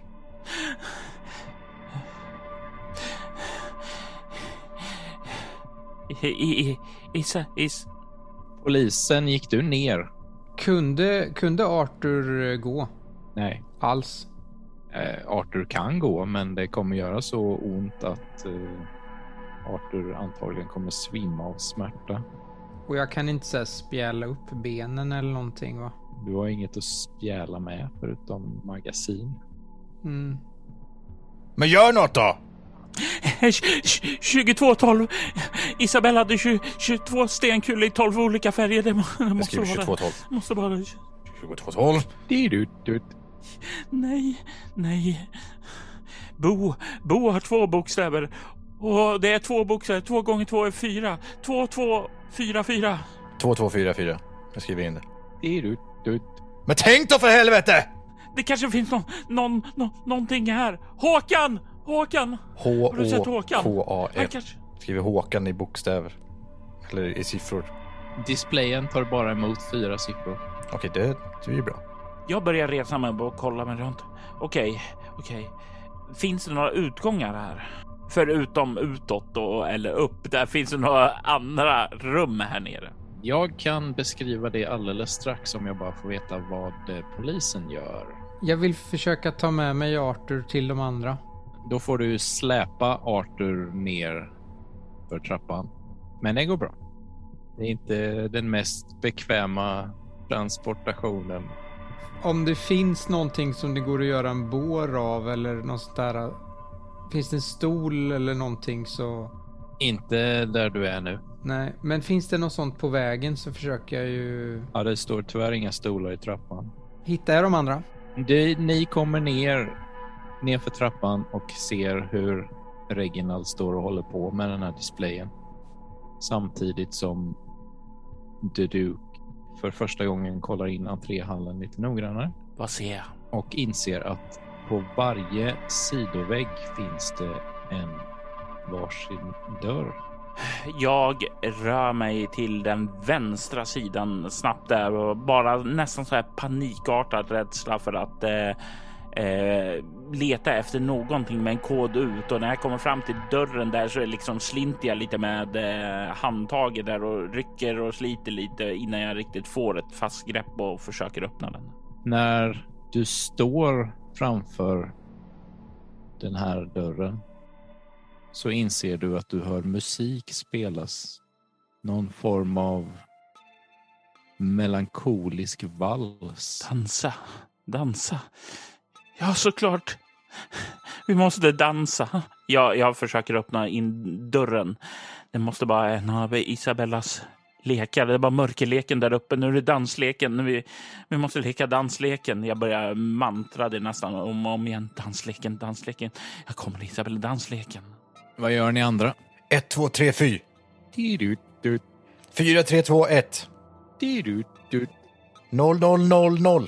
Polisen, gick du ner? Kunde Arthur gå? Nej. Alls? Arthur kan gå, men det kommer göra så ont att Arthur antagligen kommer svimma av smärta. Och jag kan inte så här spjälla upp benen eller någonting, va? Du har inget att spjäla med förutom magasin. Mm. Men gör något då! 2212. Isabella hade 22 stenkulor i 12 olika färger. Det måste vara 2212. Måste vara 2212. Nej. Bo har 2 bokstäver. Och det är 2 bokstäver. 2 gånger 2 är 4. 2244. 2244. Jag skriver in det. Men tänk då för helvete! Det kanske finns någonting här. Håkan! H-O-K-A-N. Skriver Håkan i bokstäver. Eller i siffror. Displayen tar bara emot 4 siffror. Okej, det är ju bra. Jag börjar resa mig och kolla mig runt. Okej. Finns det några utgångar här? Förutom utåt eller upp. Där finns det några andra rum här nere. Jag kan beskriva det alldeles strax om jag bara får veta vad polisen gör. Jag vill försöka ta med mig Arthur till de andra. Då får du släpa Arthur ner för trappan. Men det går bra. Det är inte den mest bekväma transportationen. Om det finns någonting som det går att göra en bår av eller något sånt där. Finns det en stol eller någonting så... Inte där du är nu. Nej, men finns det något sånt på vägen så försöker jag ju... Ja, det står tyvärr inga stolar i trappan. Hittar jag de andra? Ni kommer ner för trappan och ser hur Reginald står och håller på med den här displayen. Samtidigt som The Duke för första gången kollar in entréhallen lite noggrannare. Vad ser jag? Och inser att på varje sidovägg finns det en varsin dörr. Jag rör mig till den vänstra sidan snabbt där och bara nästan så här panikartad rädsla för att leta efter någonting med en kod ut. Och när jag kommer fram till dörren där så är liksom slinter jag lite med handtaget där och rycker och sliter lite innan jag riktigt får ett fast grepp och försöker öppna den. När du står framför den här dörren så inser du att du hör musik spelas. Någon form av melankolisk vals. Dansa. Ja, såklart. Vi måste dansa. Jag försöker öppna in dörren. Det måste bara en av Isabellas lekar. Det är bara mörkerleken där uppe. Nu är det dansleken. Vi måste leka dansleken. Jag börjar mantra det nästan om igen. Dansleken. Jag kommer Isabella, dansleken. Vad gör ni andra? 1, 2, 3, 4. 4, 3, 2, 1. 0, 0, 0, 0.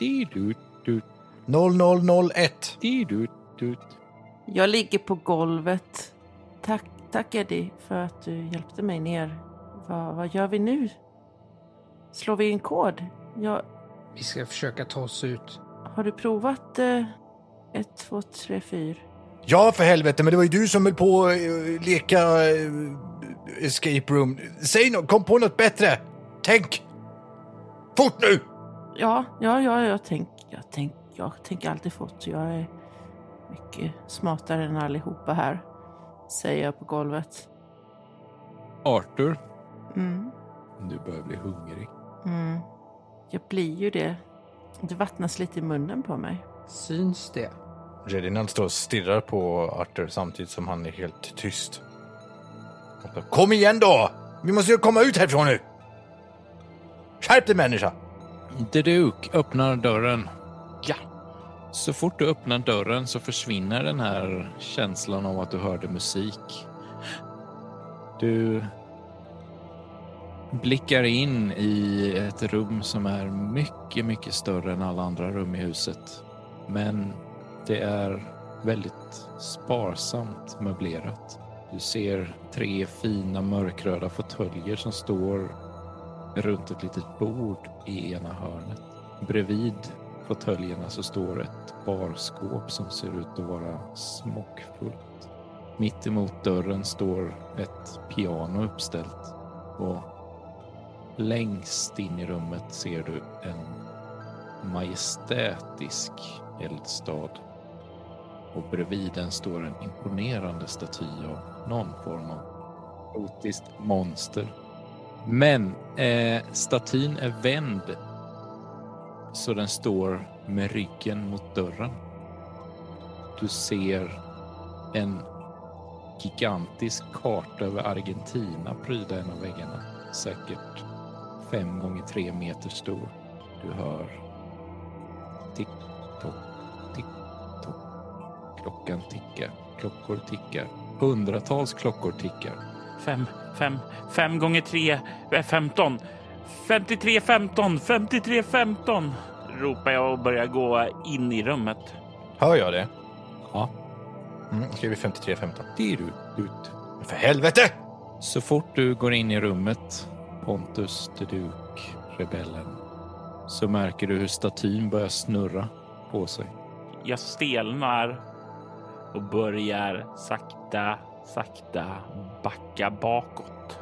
0, 0, 0, 1. Jag ligger på golvet. Tack Eddie för att du hjälpte mig ner. Vad gör vi nu? Slår vi en kod? Vi ska försöka ta oss ut. Har du provat 1, 2, 3, 4? Ja, för helvete, men det var ju du som höll på att leka escape room. Säg något, kom på något bättre. Tänk! Fort nu! Ja, jag tänker alltid fort. Jag är mycket smartare än allihopa här, säger jag på golvet. Arthur, Mm. du börjar bli hungrig. Jag blir ju det. Det vattnas lite i munnen på mig. Syns det? Reginald står och stirrar på Arthur samtidigt som han är helt tyst. Kom igen då! Vi måste ju komma ut härifrån nu! Skärp dig, människa! The Duke öppnar dörren. Ja. Så fort du öppnar dörren så försvinner den här känslan av att du hörde musik. Du blickar in i ett rum som är mycket, mycket större än alla andra rum i huset. Men det är väldigt sparsamt möblerat. Du ser 3 fina mörkröda fåtöljer som står runt ett litet bord i ena hörnet. Bredvid fåtöljerna så står ett barskåp som ser ut att vara smockfullt. Mitt emot dörren står ett piano uppställt och längst in i rummet ser du en majestätisk eldstad. Och bredvid den står en imponerande staty av någon form av gotiskt monster. Men statyn är vänd så den står med ryggen mot dörren. Du ser en gigantisk karta över Argentina pryda en av väggarna. Säkert 5 gånger 3 meter stor. Du hör tick-tock, tick-tock. Klockan tickar. Klockor tickar. Hundratals klockor tickar. 5 gånger 3 är 15. 53 15 ropar jag och börjar gå in i rummet. Hör jag det? Ja. Skriver 53 15. Det är du ut. För helvete! Så fort du går in i rummet, Pontus, The Duke, rebellen, så märker du hur statyn börjar snurra på sig. Jag stelnar och börjar sakta backa bakåt.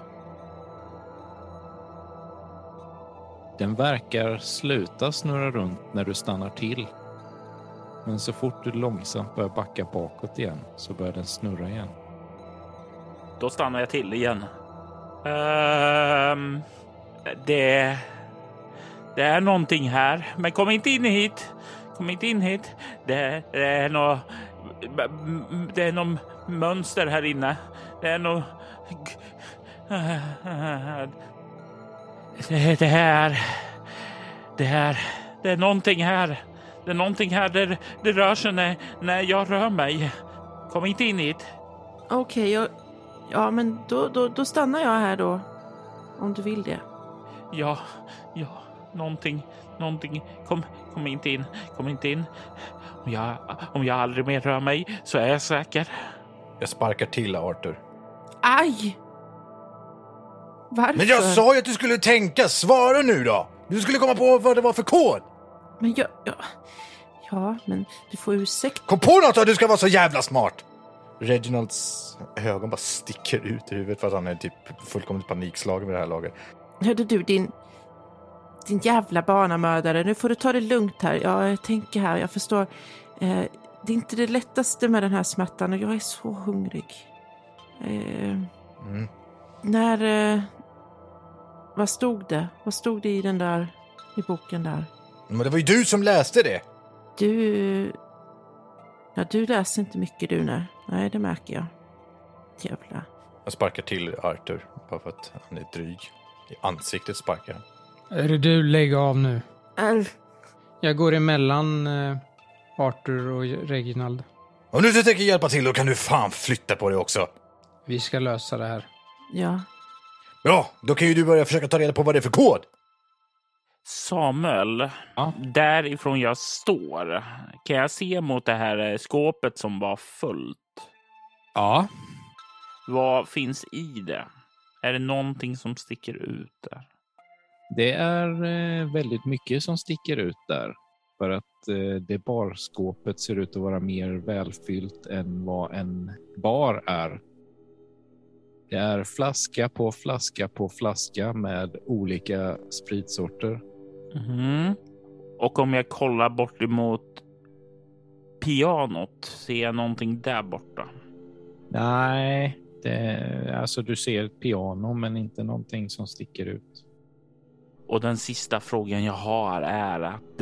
Den verkar sluta snurra runt när du stannar till. Men så fort du långsamt börjar backa bakåt igen så börjar den snurra igen. Då stannar jag till igen. Det Det är någonting här. Men kom inte in hit. Kom inte in hit. Det är något mönster här inne. Det är något... Det är någonting här. Det är någonting här. Det rör sig när jag rör mig. Kom inte in hit. Okej, ja, men då stannar jag här då. Om du vill det. Ja, någonting. Kom inte in. Kom inte in. Om jag aldrig mer rör mig så är jag säker. Jag sparkar till Arthur. Aj! Varför? Men jag sa ju att du skulle tänka. Svara nu då. Du skulle komma på vad det var för kod. Men ja, men du får ursäkta. Kom på något då, du ska vara så jävla smart. Reginalds ögon bara sticker ut i huvudet för att han är typ fullkomligt panikslagen med det här laget. Hörde du, din jävla barnamördare. Nu får du ta det lugnt här. Ja, jag tänker här, jag förstår. Det är inte det lättaste med den här smärtan och jag är så hungrig. Vad stod det? Vad stod det i boken där? Men det var ju du som läste det. Du läser inte mycket du, nej, det märker jag. Jävla. Jag sparkar till Arthur bara för att han är dryg. I ansiktet sparkar han. Är det du, lägg av nu. Jag går emellan Arthur och Reginald. Om du inte tänker hjälpa till, då kan du fan flytta på dig också. Vi ska lösa det här. Ja. Bra, då kan ju du börja försöka ta reda på vad det är för kod. Samuel, därifrån jag står, kan jag se mot det här skåpet som var fullt? Ja. Vad finns i det? Är det någonting som sticker ut där? Det är väldigt mycket som sticker ut där. För att det barskåpet ser ut att vara mer välfyllt än vad en bar är. Det är flaska på flaska på flaska med olika spritsorter. Mm. Och om jag kollar bort emot pianot, ser jag någonting där borta? Nej, alltså du ser ett piano men inte någonting som sticker ut. Och den sista frågan jag har är att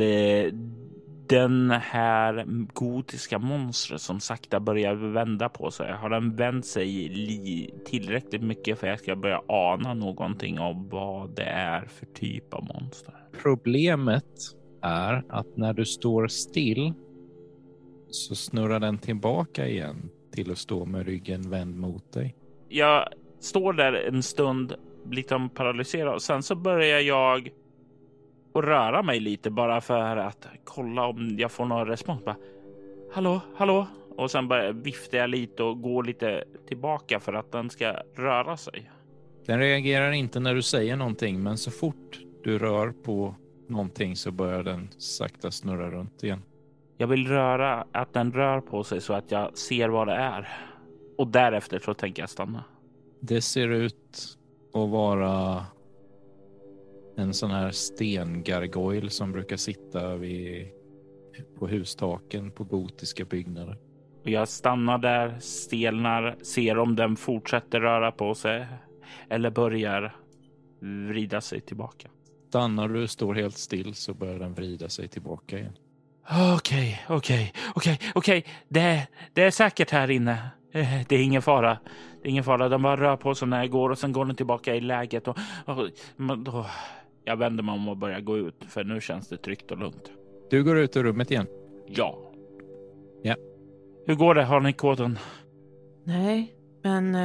den här gotiska monstret som sakta börjar vända på sig, har den vänt sig tillräckligt mycket för att jag ska börja ana någonting om vad det är för typ av monster? Problemet är att när du står still så snurrar den tillbaka igen till att stå med ryggen vänd mot dig. Jag står där en stund lite paralyserad och sen så börjar jag att röra mig lite bara för att kolla om jag får någon respons. Bara, hallå? Och sen börjar vifta jag lite och gå lite tillbaka för att den ska röra sig. Den reagerar inte när du säger någonting, men så fort du rör på någonting så börjar den sakta snurra runt igen. Jag vill att den rör på sig så att jag ser vad det är. Och därefter så tänker jag stanna. Det ser ut att vara en sån här stengargoyle som brukar sitta på hustaken på gotiska byggnader. Och jag stannar där, stelnar, ser om den fortsätter röra på sig eller börjar vrida sig tillbaka. Stannar du står helt still så börjar den vrida sig tillbaka igen. Okej. Det är säkert här inne. Det är ingen fara. Den bara rör på sig när jag går och sen går den tillbaka i läget. Och jag vänder mig om och börjar gå ut för nu känns det tryggt och lugnt. Du går ut ur rummet igen? Ja. Ja. Hur går det? Har ni koden? Nej, men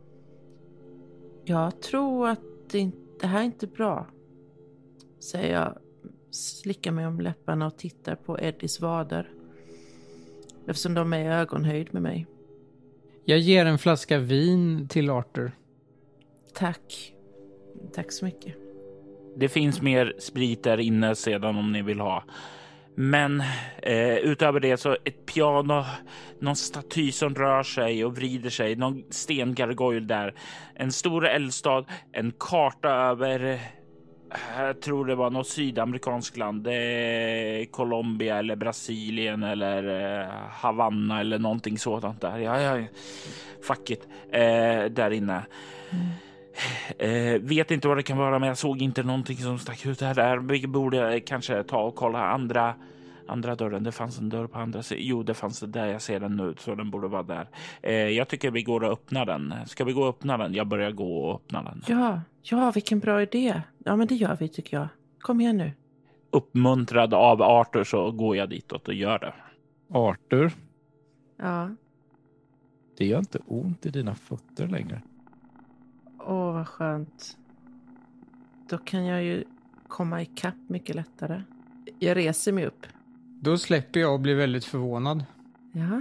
jag tror att det här är inte bra. Säger jag, slickar mig om läpparna och tittar på Eddies vader. Eftersom de är i ögonhöjd med mig. Jag ger en flaska vin till Arthur. Tack så mycket. Det finns mer sprit där inne sedan om ni vill ha. Men utöver det så ett piano, någon staty som rör sig och vrider sig, någon stengargoyle där. En stor eldstad, en karta över, jag tror det var något sydamerikanskt land. Det är Colombia eller Brasilien eller Havanna eller någonting sådant där. Ja, fuck it. Där inne. Vet inte vad det kan vara, men jag såg inte någonting som stack ut här. Vi borde kanske ta och kolla andra dörren. Det fanns en dörr på andra sidan. Jo, det fanns det där. Jag ser den nu, så den borde vara där. Jag tycker vi går och öppnar den. Ska vi gå och öppna den? Jag börjar gå och öppna den. Ja, vilken bra idé. Ja, men det gör vi tycker jag. Kom igen nu. Uppmuntrad av Arthur så går jag ditåt och gör det. Arthur, Ja. det gör inte ont i dina fötter längre. Åh, vad skönt. Då kan jag ju komma ikapp mycket lättare. Jag reser mig upp. Då släpper jag och blir väldigt förvånad. Ja.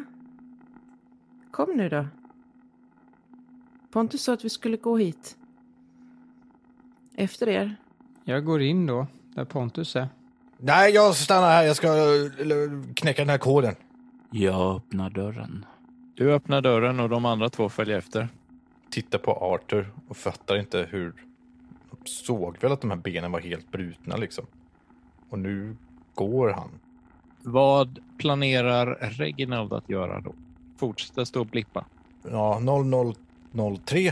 Kom nu då. Pontus sa att vi skulle gå hit. Efter er. Jag går in då, där Pontus är. Nej, jag stannar här. Jag ska knäcka den här koden. Jag öppnar dörren. Du öppnar dörren och de andra två följer efter. Tittar på Arthur och fattar inte hur... Jag såg väl att de här benen var helt brutna liksom. Och nu går han. Vad planerar Reginald att göra då? Fortsätta stå och blippa? Ja, 0003,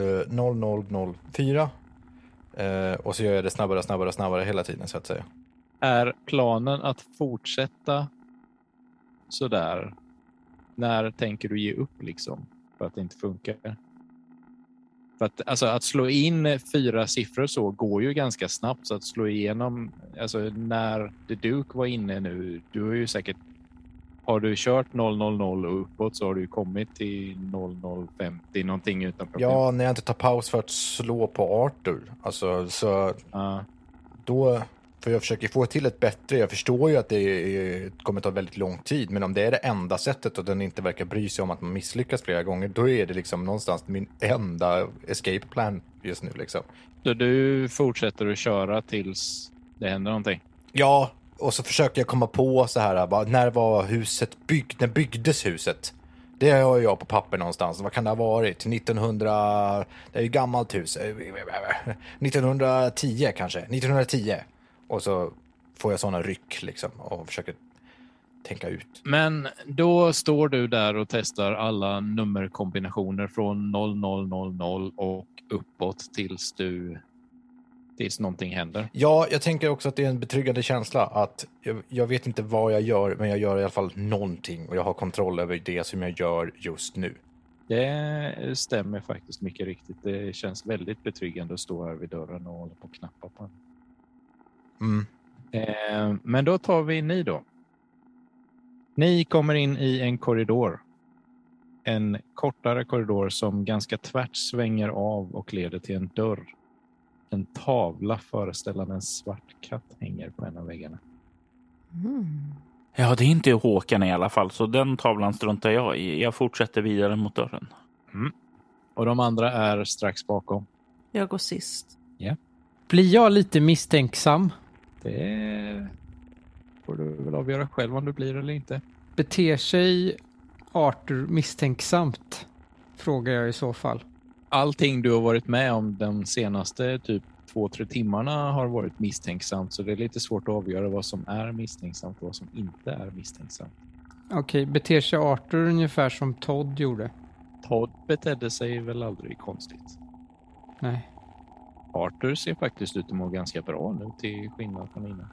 0004. Och så gör jag det snabbare hela tiden så att säga. Är planen att fortsätta sådär? När tänker du ge upp liksom? För att det inte funkar? För att, alltså, att slå in 4 siffror så går ju ganska snabbt. Så att slå igenom, alltså när The Duke var inne nu, du har ju säkert, har du kört 000 och uppåt så har du kommit till 0050 någonting utan problem. Ja, när jag inte tar paus för att slå på Arthur. Alltså, så då... För jag försöker få till ett bättre. Jag förstår ju att det kommer ta väldigt lång tid. Men om det är det enda sättet och den inte verkar bry sig om att man misslyckas flera gånger, då är det liksom någonstans min enda escape plan just nu liksom. Så du fortsätter att köra tills det händer någonting? Ja, och så försöker jag komma på så här, bara, när var huset byggt? När byggdes huset? Det har jag på papper någonstans. Vad kan det ha varit? 1900... Det är ju gammalt hus. 1910 kanske. 1910. Och så får jag såna ryck liksom och försöker tänka ut. Men då står du där och testar alla nummerkombinationer från 0000 och uppåt tills någonting händer. Ja, jag tänker också att det är en betryggande känsla att jag vet inte vad jag gör, men jag gör i alla fall någonting och jag har kontroll över det som jag gör just nu. Det stämmer faktiskt mycket riktigt. Det känns väldigt betryggande att stå här vid dörren och hålla på och knappa på den. Men då tar vi ni då. Ni kommer in i en korridor. En kortare korridor som ganska tvärt svänger av och leder till en dörr. En tavla föreställande en svart katt hänger på en av väggarna. Ja, det är inte Håkan i alla fall, så den tavlan struntar jag i. Jag fortsätter vidare mot dörren. Och de andra är strax bakom. Jag går sist. Ja. Blir jag lite misstänksam? Det får du väl avgöra själv om du blir eller inte. Beter sig Arthur misstänksamt? Frågar jag i så fall. Allting du har varit med om de senaste typ 2-3 timmarna har varit misstänksamt. Så det är lite svårt att avgöra vad som är misstänksamt och vad som inte är misstänksamt. Okej, beter sig Arthur ungefär som Todd gjorde? Todd betedde sig väl aldrig konstigt. Nej. Arthur ser faktiskt ut att må ganska bra nu till skillnad från innan.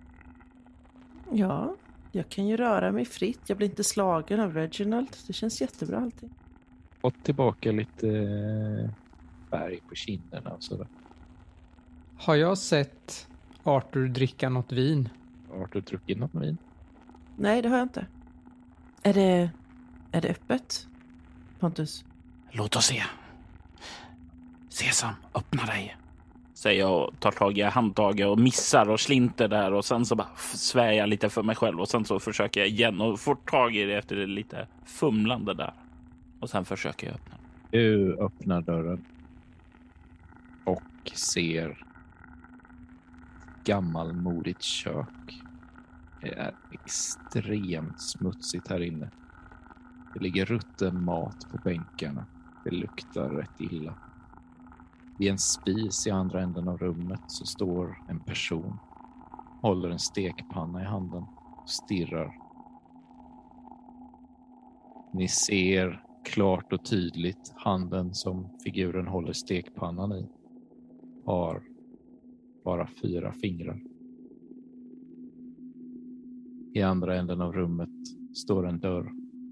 Ja, jag kan ju röra mig fritt. Jag blir inte slagen av Reginald. Det känns jättebra allting. Fått tillbaka lite färg på kinderna och sådär. Har jag sett Arthur dricka något vin? Har Arthur druckit något vin? Nej, det har jag inte. Är det öppet, Pontus? Låt oss se. Sesam, öppna dig. Säger jag och tar tag i handtaget och missar och slinter där. Och sen så bara svär jag lite för mig själv. Och sen så försöker jag igen och får tag i det efter det lite fumlande där. Och sen försöker jag öppna. Du öppnar dörren. Och ser gammalmodigt kök. Det är extremt smutsigt här inne. Det ligger rutten mat på bänkarna. Det luktar rätt illa. Vid en spis i andra änden av rummet så står en person. Håller en stekpanna i handen och stirrar. Ni ser klart och tydligt handen som figuren håller stekpannan i har bara 4 fingrar. I andra änden av rummet står en dörr.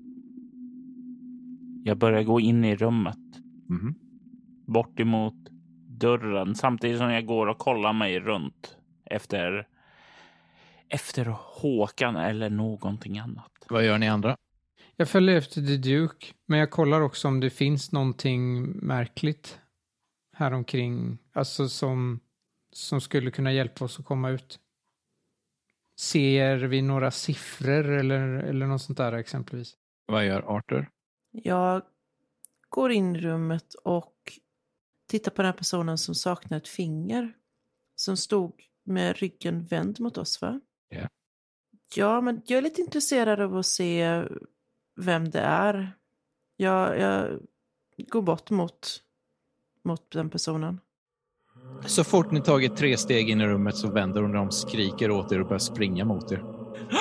Jag börjar gå in i rummet. Mhm. Bort emot dörren. Samtidigt som jag går och kollar mig runt efter Håkan eller någonting annat. Vad gör ni andra? Jag följer efter The Duke, men jag kollar också om det finns någonting märkligt här omkring. Alltså som skulle kunna hjälpa oss att komma ut. Ser vi några siffror eller något sånt där exempelvis? Vad gör Arthur? Jag går in i rummet och tittar på den här personen som saknar ett finger. Som stod med ryggen vänd mot oss, va? Ja. Ja, men jag är lite intresserad av att se vem det är. Jag går bort mot den personen. Så fort ni tagit 3 steg in i rummet så vänder hon och skriker åt er och börjar springa mot er.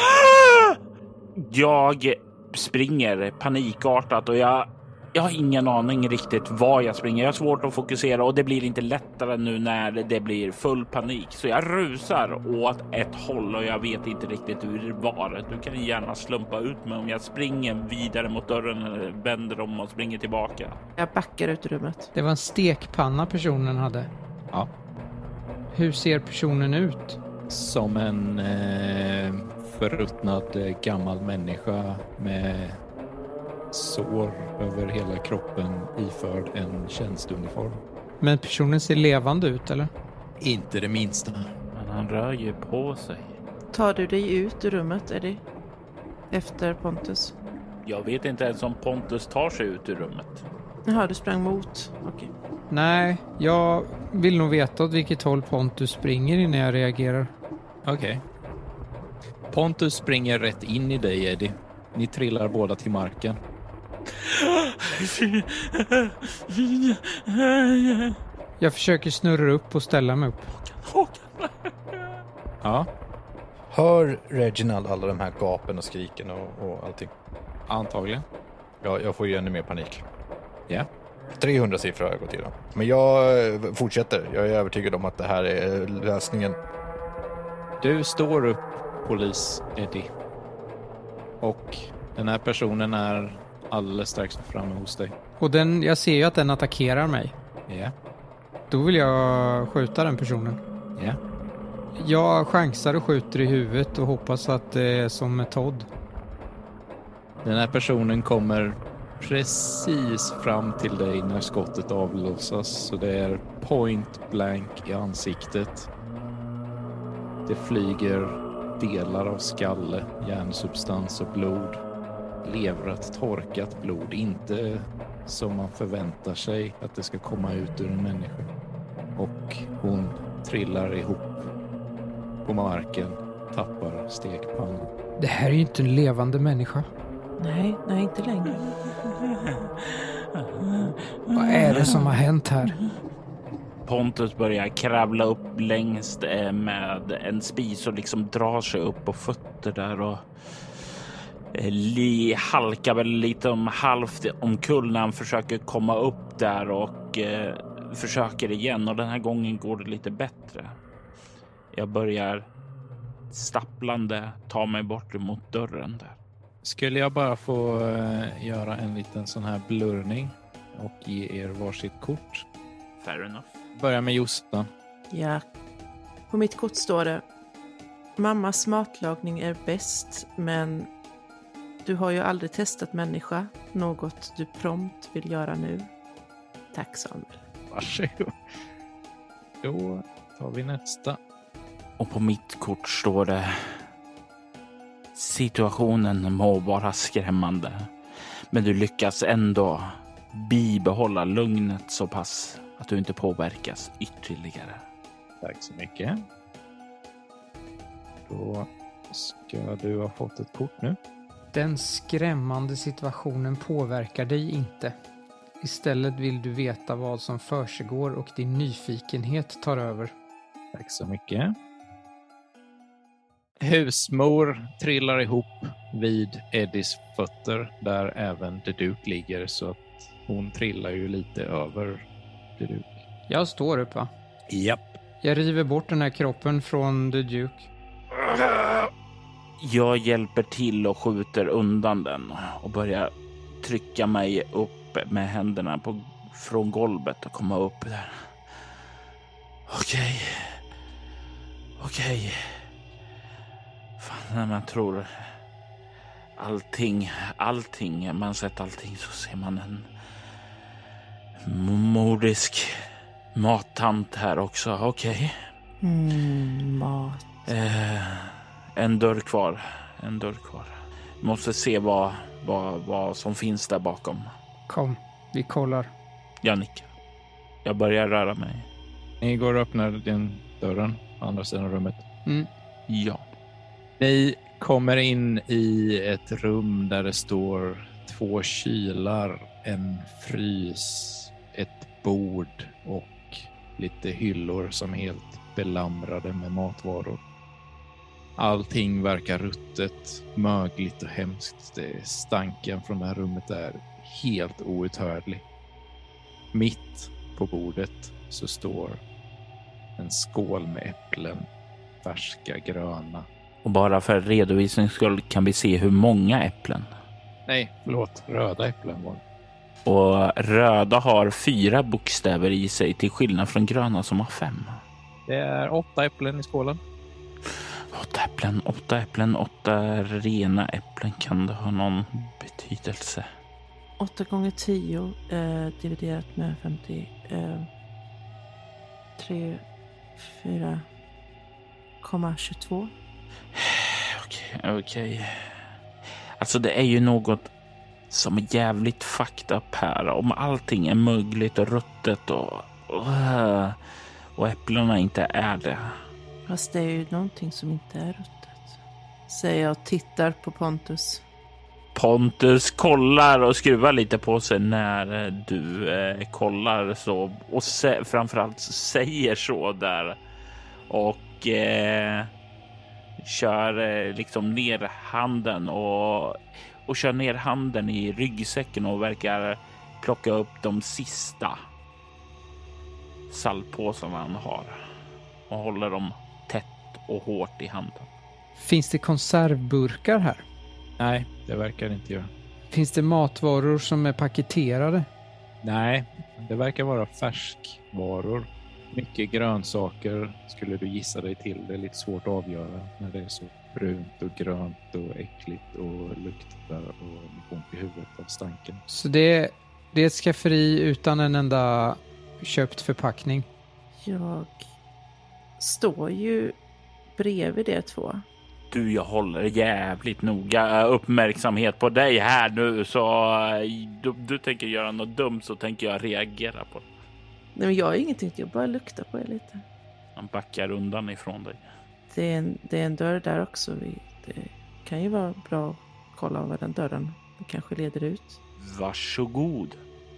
Jag springer panikartat och jag har ingen aning riktigt var jag springer. Jag har svårt att fokusera och det blir inte lättare nu när det blir full panik. Så jag rusar åt ett håll och jag vet inte riktigt hur var. Du kan gärna slumpa ut mig om jag springer vidare mot dörren eller vänder om och springer tillbaka. Jag backar ut ur rummet. Det var en stekpanna personen hade. Ja. Hur ser personen ut? Som en förruttnad gammal människa med sår över hela kroppen iförd en tjänsteuniform. Men personen ser levande ut, eller? Inte det minsta. Men han rör ju på sig. Tar du dig ut ur rummet, Eddie? Efter Pontus? Jag vet inte ens om Pontus tar sig ut ur rummet. Jaha, du sprang mot. Okej. Nej, jag vill nog veta åt vilket håll Pontus springer innan jag reagerar. Okej. Pontus springer rätt in i dig, Eddie. Ni trillar båda till marken. Jag försöker snurra upp och ställa mig upp. Ja, Hör Reginald alla de här gapen och skriken och allting? antagligen. Ja, jag får ju ännu mer panik. Ja. 300 siffror har jag gått igenom. Men jag fortsätter. Jag är övertygad om att det här är lösningen. Du står upp, polis Eddie. Och den här personen är alldeles strax framme hos dig. Och jag ser ju att den attackerar mig. Ja. Då vill jag skjuta den personen. Ja. Jag chansar och skjuter i huvudet och hoppas att det är som med Todd. Den här personen kommer precis fram till dig när skottet avlossas. Så det är point blank i ansiktet. Det flyger delar av skalle, hjärnsubstans och blod. Levrat, torkat blod. Inte som man förväntar sig att det ska komma ut ur en människa. Och hon trillar ihop på marken, tappar stekpannan. Det här är ju inte en levande människa. Nej, inte längre. Vad är det som har hänt här? Pontus börjar kravla upp längst med en spis och liksom drar sig upp på fötter där och halkar väl lite halvt omkull när han försöker komma upp där och försöker igen och den här gången går det lite bättre. Jag börjar stapplande ta mig bort emot dörren där. Skulle jag bara få göra en liten sån här blurrning och ge er varsitt kort. Fair enough. Börja med Jossan. Ja. På mitt kort står det: mammas matlagning är bäst, men du har ju aldrig testat människa. Något du prompt vill göra nu. Tack, Samuel. Varsågod. Då tar vi nästa. Och på mitt kort står det: situationen må vara skrämmande, men du lyckas ändå bibehålla lugnet så pass att du inte påverkas ytterligare. Tack så mycket. Då ska du ha fått ett kort nu. Den skrämmande situationen påverkar dig inte. Istället vill du veta vad som försiggår och din nyfikenhet tar över. Tack så mycket. Husmor trillar ihop vid Eddies fötter där även The Duke ligger, så att hon trillar ju lite över The Duke. Jag står upp, va? Japp. Jag river bort den här kroppen från The Duke. Jag hjälper till och skjuter undan den och börjar trycka mig upp med händerna från golvet och komma upp där. Okej. Fan, när man tror allting, man sett allting, så ser man en mordisk mattant här också. Okej. Mat. En dörr kvar. Måste se vad som finns där bakom. Kom, vi kollar. Jag nickar. Jag börjar röra mig. Ni går och öppnar den dörren på andra sidan rummet. Ja. Ni kommer in i ett rum där det står 2 kylar, en frys, ett bord och lite hyllor som är helt belamrade med matvaror. Allting verkar ruttet, mögligt och hemskt. Stanken från det här rummet är helt outhärdlig. Mitt på bordet så står en skål med äpplen, färska, gröna. Och bara för redovisnings skull kan vi se hur många äpplen. Nej, förlåt. Röda äpplen var det. Och röda har 4 bokstäver i sig till skillnad från gröna som har 5. Det är 8 äpplen i skålen. 8 äpplen, 8 rena äpplen. Kan det ha någon betydelse? 8 gånger 10 dividerat med 50. 3,4,22. Okej. Alltså det är ju något som är jävligt fucked up här. Om allting är mögligt och ruttet och äpplena inte är det. Fast det är ju någonting som inte är ruttet. Säger jag och tittar på Pontus. Pontus kollar och skruvar lite på sig när du kollar så. Och framförallt säger så där. Och kör liksom ner handen och kör ner handen i ryggsäcken och verkar plocka upp de sista saltpåsarna han har och håller dem tätt och hårt i handen. Finns det konservburkar här? Nej, det verkar inte göra. Finns det matvaror som är paketerade? Nej, det verkar vara färskvaror. Mycket grönsaker skulle du gissa dig till. Det är lite svårt att avgöra när det är så brunt och grönt och äckligt och luktar och ont i huvudet av stanken. Så det är ett skafferi utan en enda köpt förpackning? Jag står ju bredvid det 2. Du, jag håller jävligt noga uppmärksamhet på dig här nu, så du tänker göra något dumt så tänker jag reagera på det. Nej, men jag har ingenting, jag bara luktar på er lite. Han backar undan ifrån dig. Det är en dörr där också. Det kan ju vara bra att kolla vad den dörren kanske leder ut. Varsågod.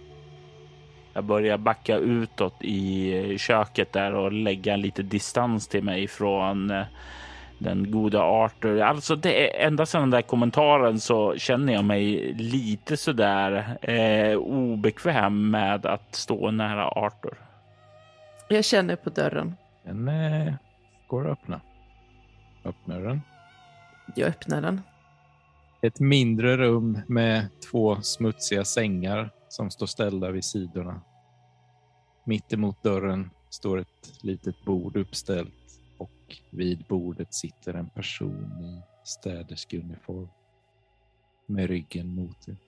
Jag börjar backa utåt i köket där och lägga lite distans till mig från den goda Arthur. Alltså det är ända sedan den där kommentaren så känner jag mig lite sådär obekväm med att stå nära Arthur. Jag känner på dörren. Den går att öppna. Öppnar den. Jag öppnar den. Ett mindre rum med 2 smutsiga sängar som står ställda vid sidorna. Mitt emot dörren står ett litet bord uppställt och vid bordet sitter en person i städerskeuniform med ryggen mot er.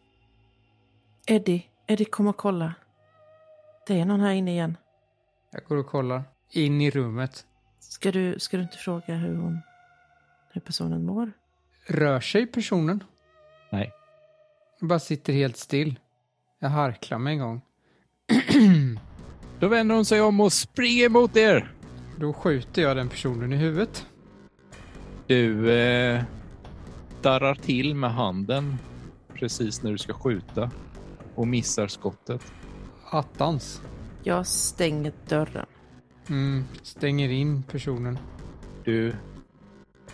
Eddie, kom och kolla. Det är någon här inne igen. Jag går och kollar. In i rummet. Ska du inte fråga hur personen mår? Rör sig personen? Nej. Jag bara sitter helt still. Jag harklar mig en gång. Då vänder hon sig om och springer mot er. Då skjuter jag den personen i huvudet. Du darrar till med handen precis när du ska skjuta och missar skottet. Attans. Jag stänger dörren. Stänger in personen. Du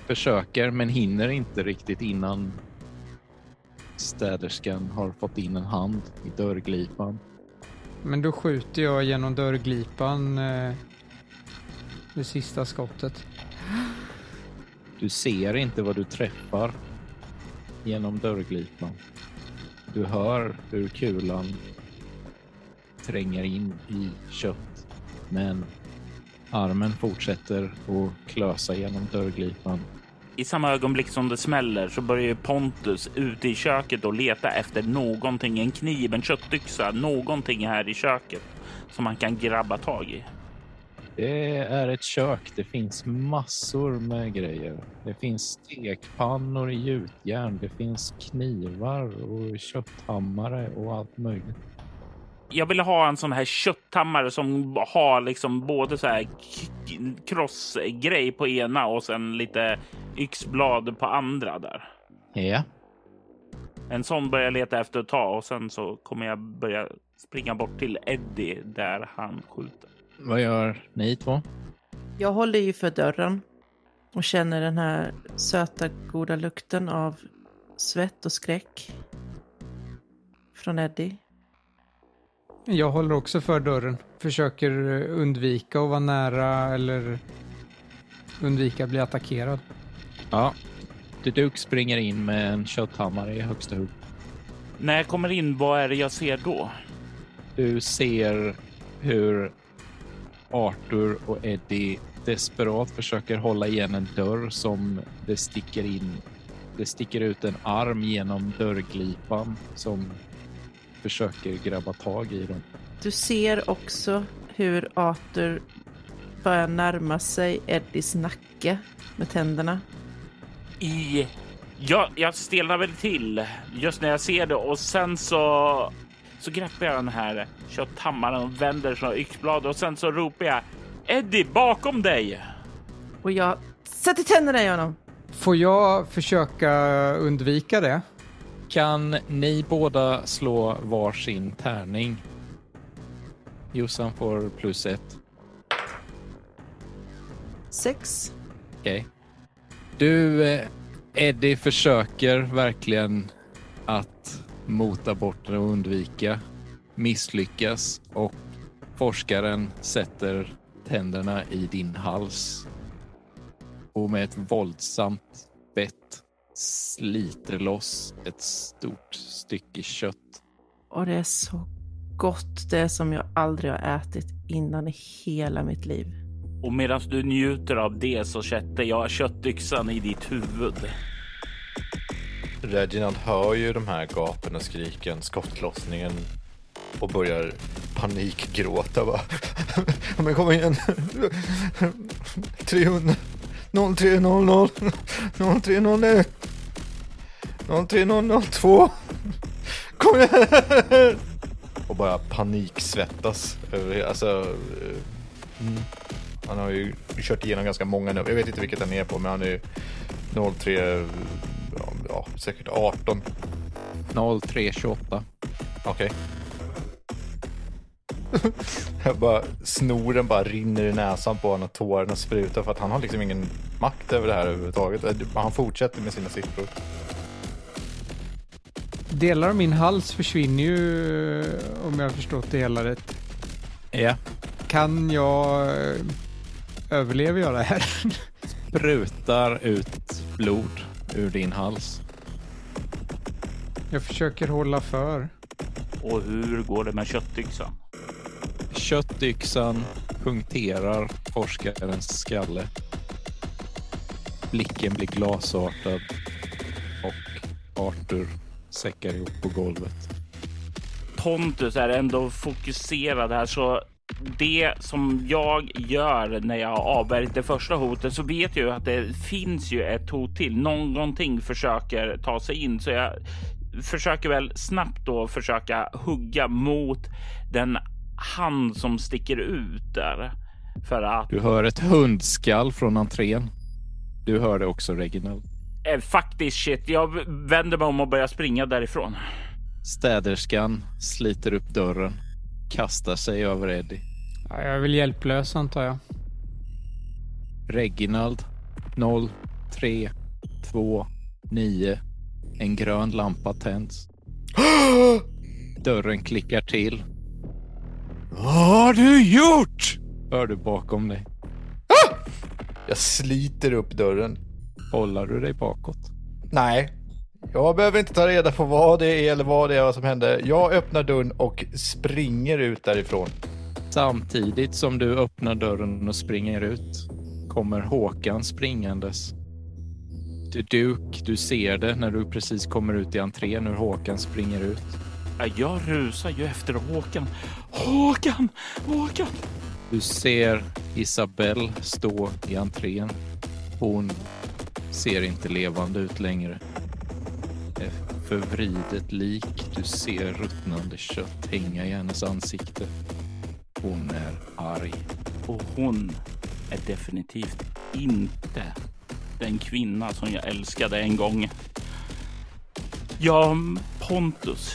försöker men hinner inte riktigt innan städerskan har fått in en hand i dörrglipan. Men då skjuter jag genom dörrglipan det sista skottet. Du ser inte vad du träffar genom dörrglipan. Du hör hur kulan tränger in i kött, men armen fortsätter att klösa genom dörrglipan. I samma ögonblick som det smäller så börjar ju Pontus ute i köket och leta efter någonting, en kniv, en köttyxa, någonting här i köket som man kan grabba tag i. Det är ett kök. Det finns massor med grejer. Det finns stekpannor i gjutjärn. Det finns knivar och kötthammare och allt möjligt. Jag vill ha en sån här kötthammare som har liksom både så här krossgrej på ena och sen lite yxblad på andra där. Ja. En sån börjar jag leta efter ett tag och sen så kommer jag börja springa bort till Eddie där han skjuter. Vad gör ni två? Jag håller ju för dörren och känner den här söta, goda lukten av svett och skräck från Eddie. Jag håller också för dörren. Försöker undvika att vara nära eller undvika att bli attackerad. Ja. Duke springer in med en kötthammare i högsta hugg. När jag kommer in, vad är det jag ser då? Du ser hur Arthur och Eddie desperat försöker hålla igen en dörr som det sticker ut en arm genom dörrglipan som försöker grabba tag i dem. Du ser också hur Arthur börjar närma sig Eddies nacke med tänderna. Jag stelnar väl till just när jag ser det och sen så greppar jag den här kötthammaren och vänder så yxblad och sen så ropar jag Eddie, bakom dig! Och jag sätter tänderna i honom. Får jag försöka undvika det? Kan ni båda slå varsin tärning? Jossan får +1. 6. Okej. Du, Eddie, försöker verkligen att mota bort och undvika. Misslyckas och forskaren sätter tänderna i din hals. Och med ett våldsamt bett sliter loss ett stort stycke kött. Och det är så gott, det är som jag aldrig har ätit innan i hela mitt liv. Och medan du njuter av det så sätter jag köttyxan i ditt huvud. Reginald hör ju de här gapen och skriken, skottlossningen och börjar panikgråta bara. Men kom igen. 300 0300 0301 03002. Kom igen. Och bara paniksvettas. Alltså han har ju kört igenom ganska många nu. Jag vet inte vilket han är på, men han är 03 säkert 18. 0328. Okej. Snoren bara rinner i näsan på honom och tårarna sprutar för att han har liksom ingen makt över det här överhuvudtaget. Han fortsätter med sina siffror. Delar av min hals försvinner ju, om jag har förstått det hela rätt. Ja. Kan jag överleva jag det här? Sprutar ut blod ur din hals. Jag försöker hålla för. Och hur går det med köttyxan? Köttyxan punkterar forskarens skalle. Blicken blir glasartad och Arthur säckar ihop på golvet. Pontus är ändå fokuserad här, så det som jag gör när jag avvärjt det första hotet, så vet jag ju att det finns ju ett hot till. Någonting försöker ta sig in, så jag försöker väl snabbt då försöka hugga mot den hand som sticker ut där. För att... Du hör ett hundskall från entrén. Du hör det också, Reginald. Faktiskt shit, jag vänder mig om och börjar springa därifrån. Städerskan sliter upp dörren, kastar sig över Eddie. Ja, jag är väl hjälplös, antar jag. Reginald, 3, 2, 9. En grön lampa tänds. Dörren klickar till. Vad har du gjort? Hör du bakom dig. Jag sliter upp dörren. Håller du dig bakåt? Nej, jag behöver inte ta reda på vad det är eller vad det är som händer. Jag öppnar dörren och springer ut därifrån. Samtidigt som du öppnar dörren och springer ut kommer Håkan springandes. Du ser det när du precis kommer ut i entrén hur Håkan springer ut. Jag rusar ju efter Håkan. Håkan! Du ser Isabelle stå i entrén. Hon ser inte levande ut längre. Ett förvridet lik. Du ser ruttnande kött hänga i hennes ansikte. Hon är arg. Och hon är definitivt inte den kvinna som jag älskade en gång. Ja, Pontus.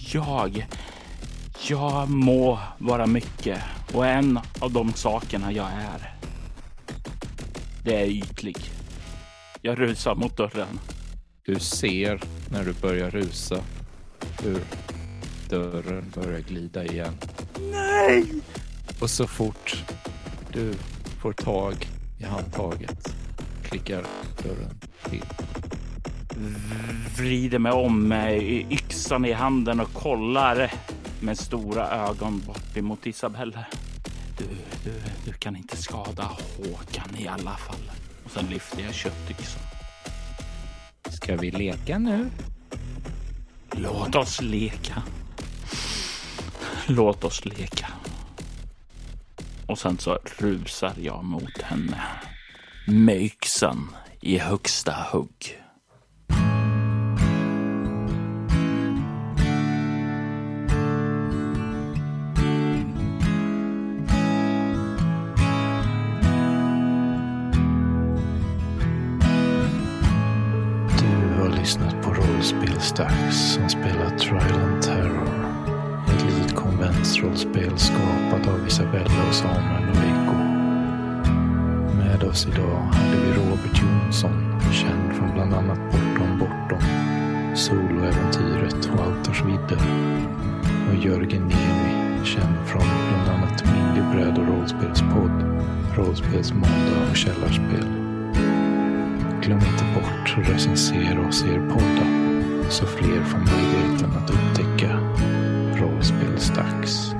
Jag må vara mycket. Och en av de sakerna jag är, det är ytlig. Jag rusar mot dörren. Du ser när du börjar rusa hur dörren börjar glida igen. Nej! Och så fort du får tag i handtaget klickar dörren till. Vrider mig om med yxan i handen och kollar med stora ögon bort emot Isabelle. Du kan inte skada Håkan i alla fall. Och sen lyfter jag köttyxan. Ska vi leka nu? Låt oss leka. Låt oss leka. Och sen så rusar jag mot henne. Med yxan i högsta hugg. Lyssnat på Rollspelsdags som spelar Trial and Terror. Ett litet konventsrollspel skapat av Isabella och Samuel och Eiko. Med oss idag hade vi Robert Jonsson, känd från bland annat Bortom, Soloäventyret och Altersvidder. Och Jörgen Niemi, känd från bland annat Mindybräd och rollspelspodd, Rollspelsmåndag och Källarspel. Glöm inte bort att recensera oss i er podda så fler får möjligheten att upptäcka Rollspelsdags.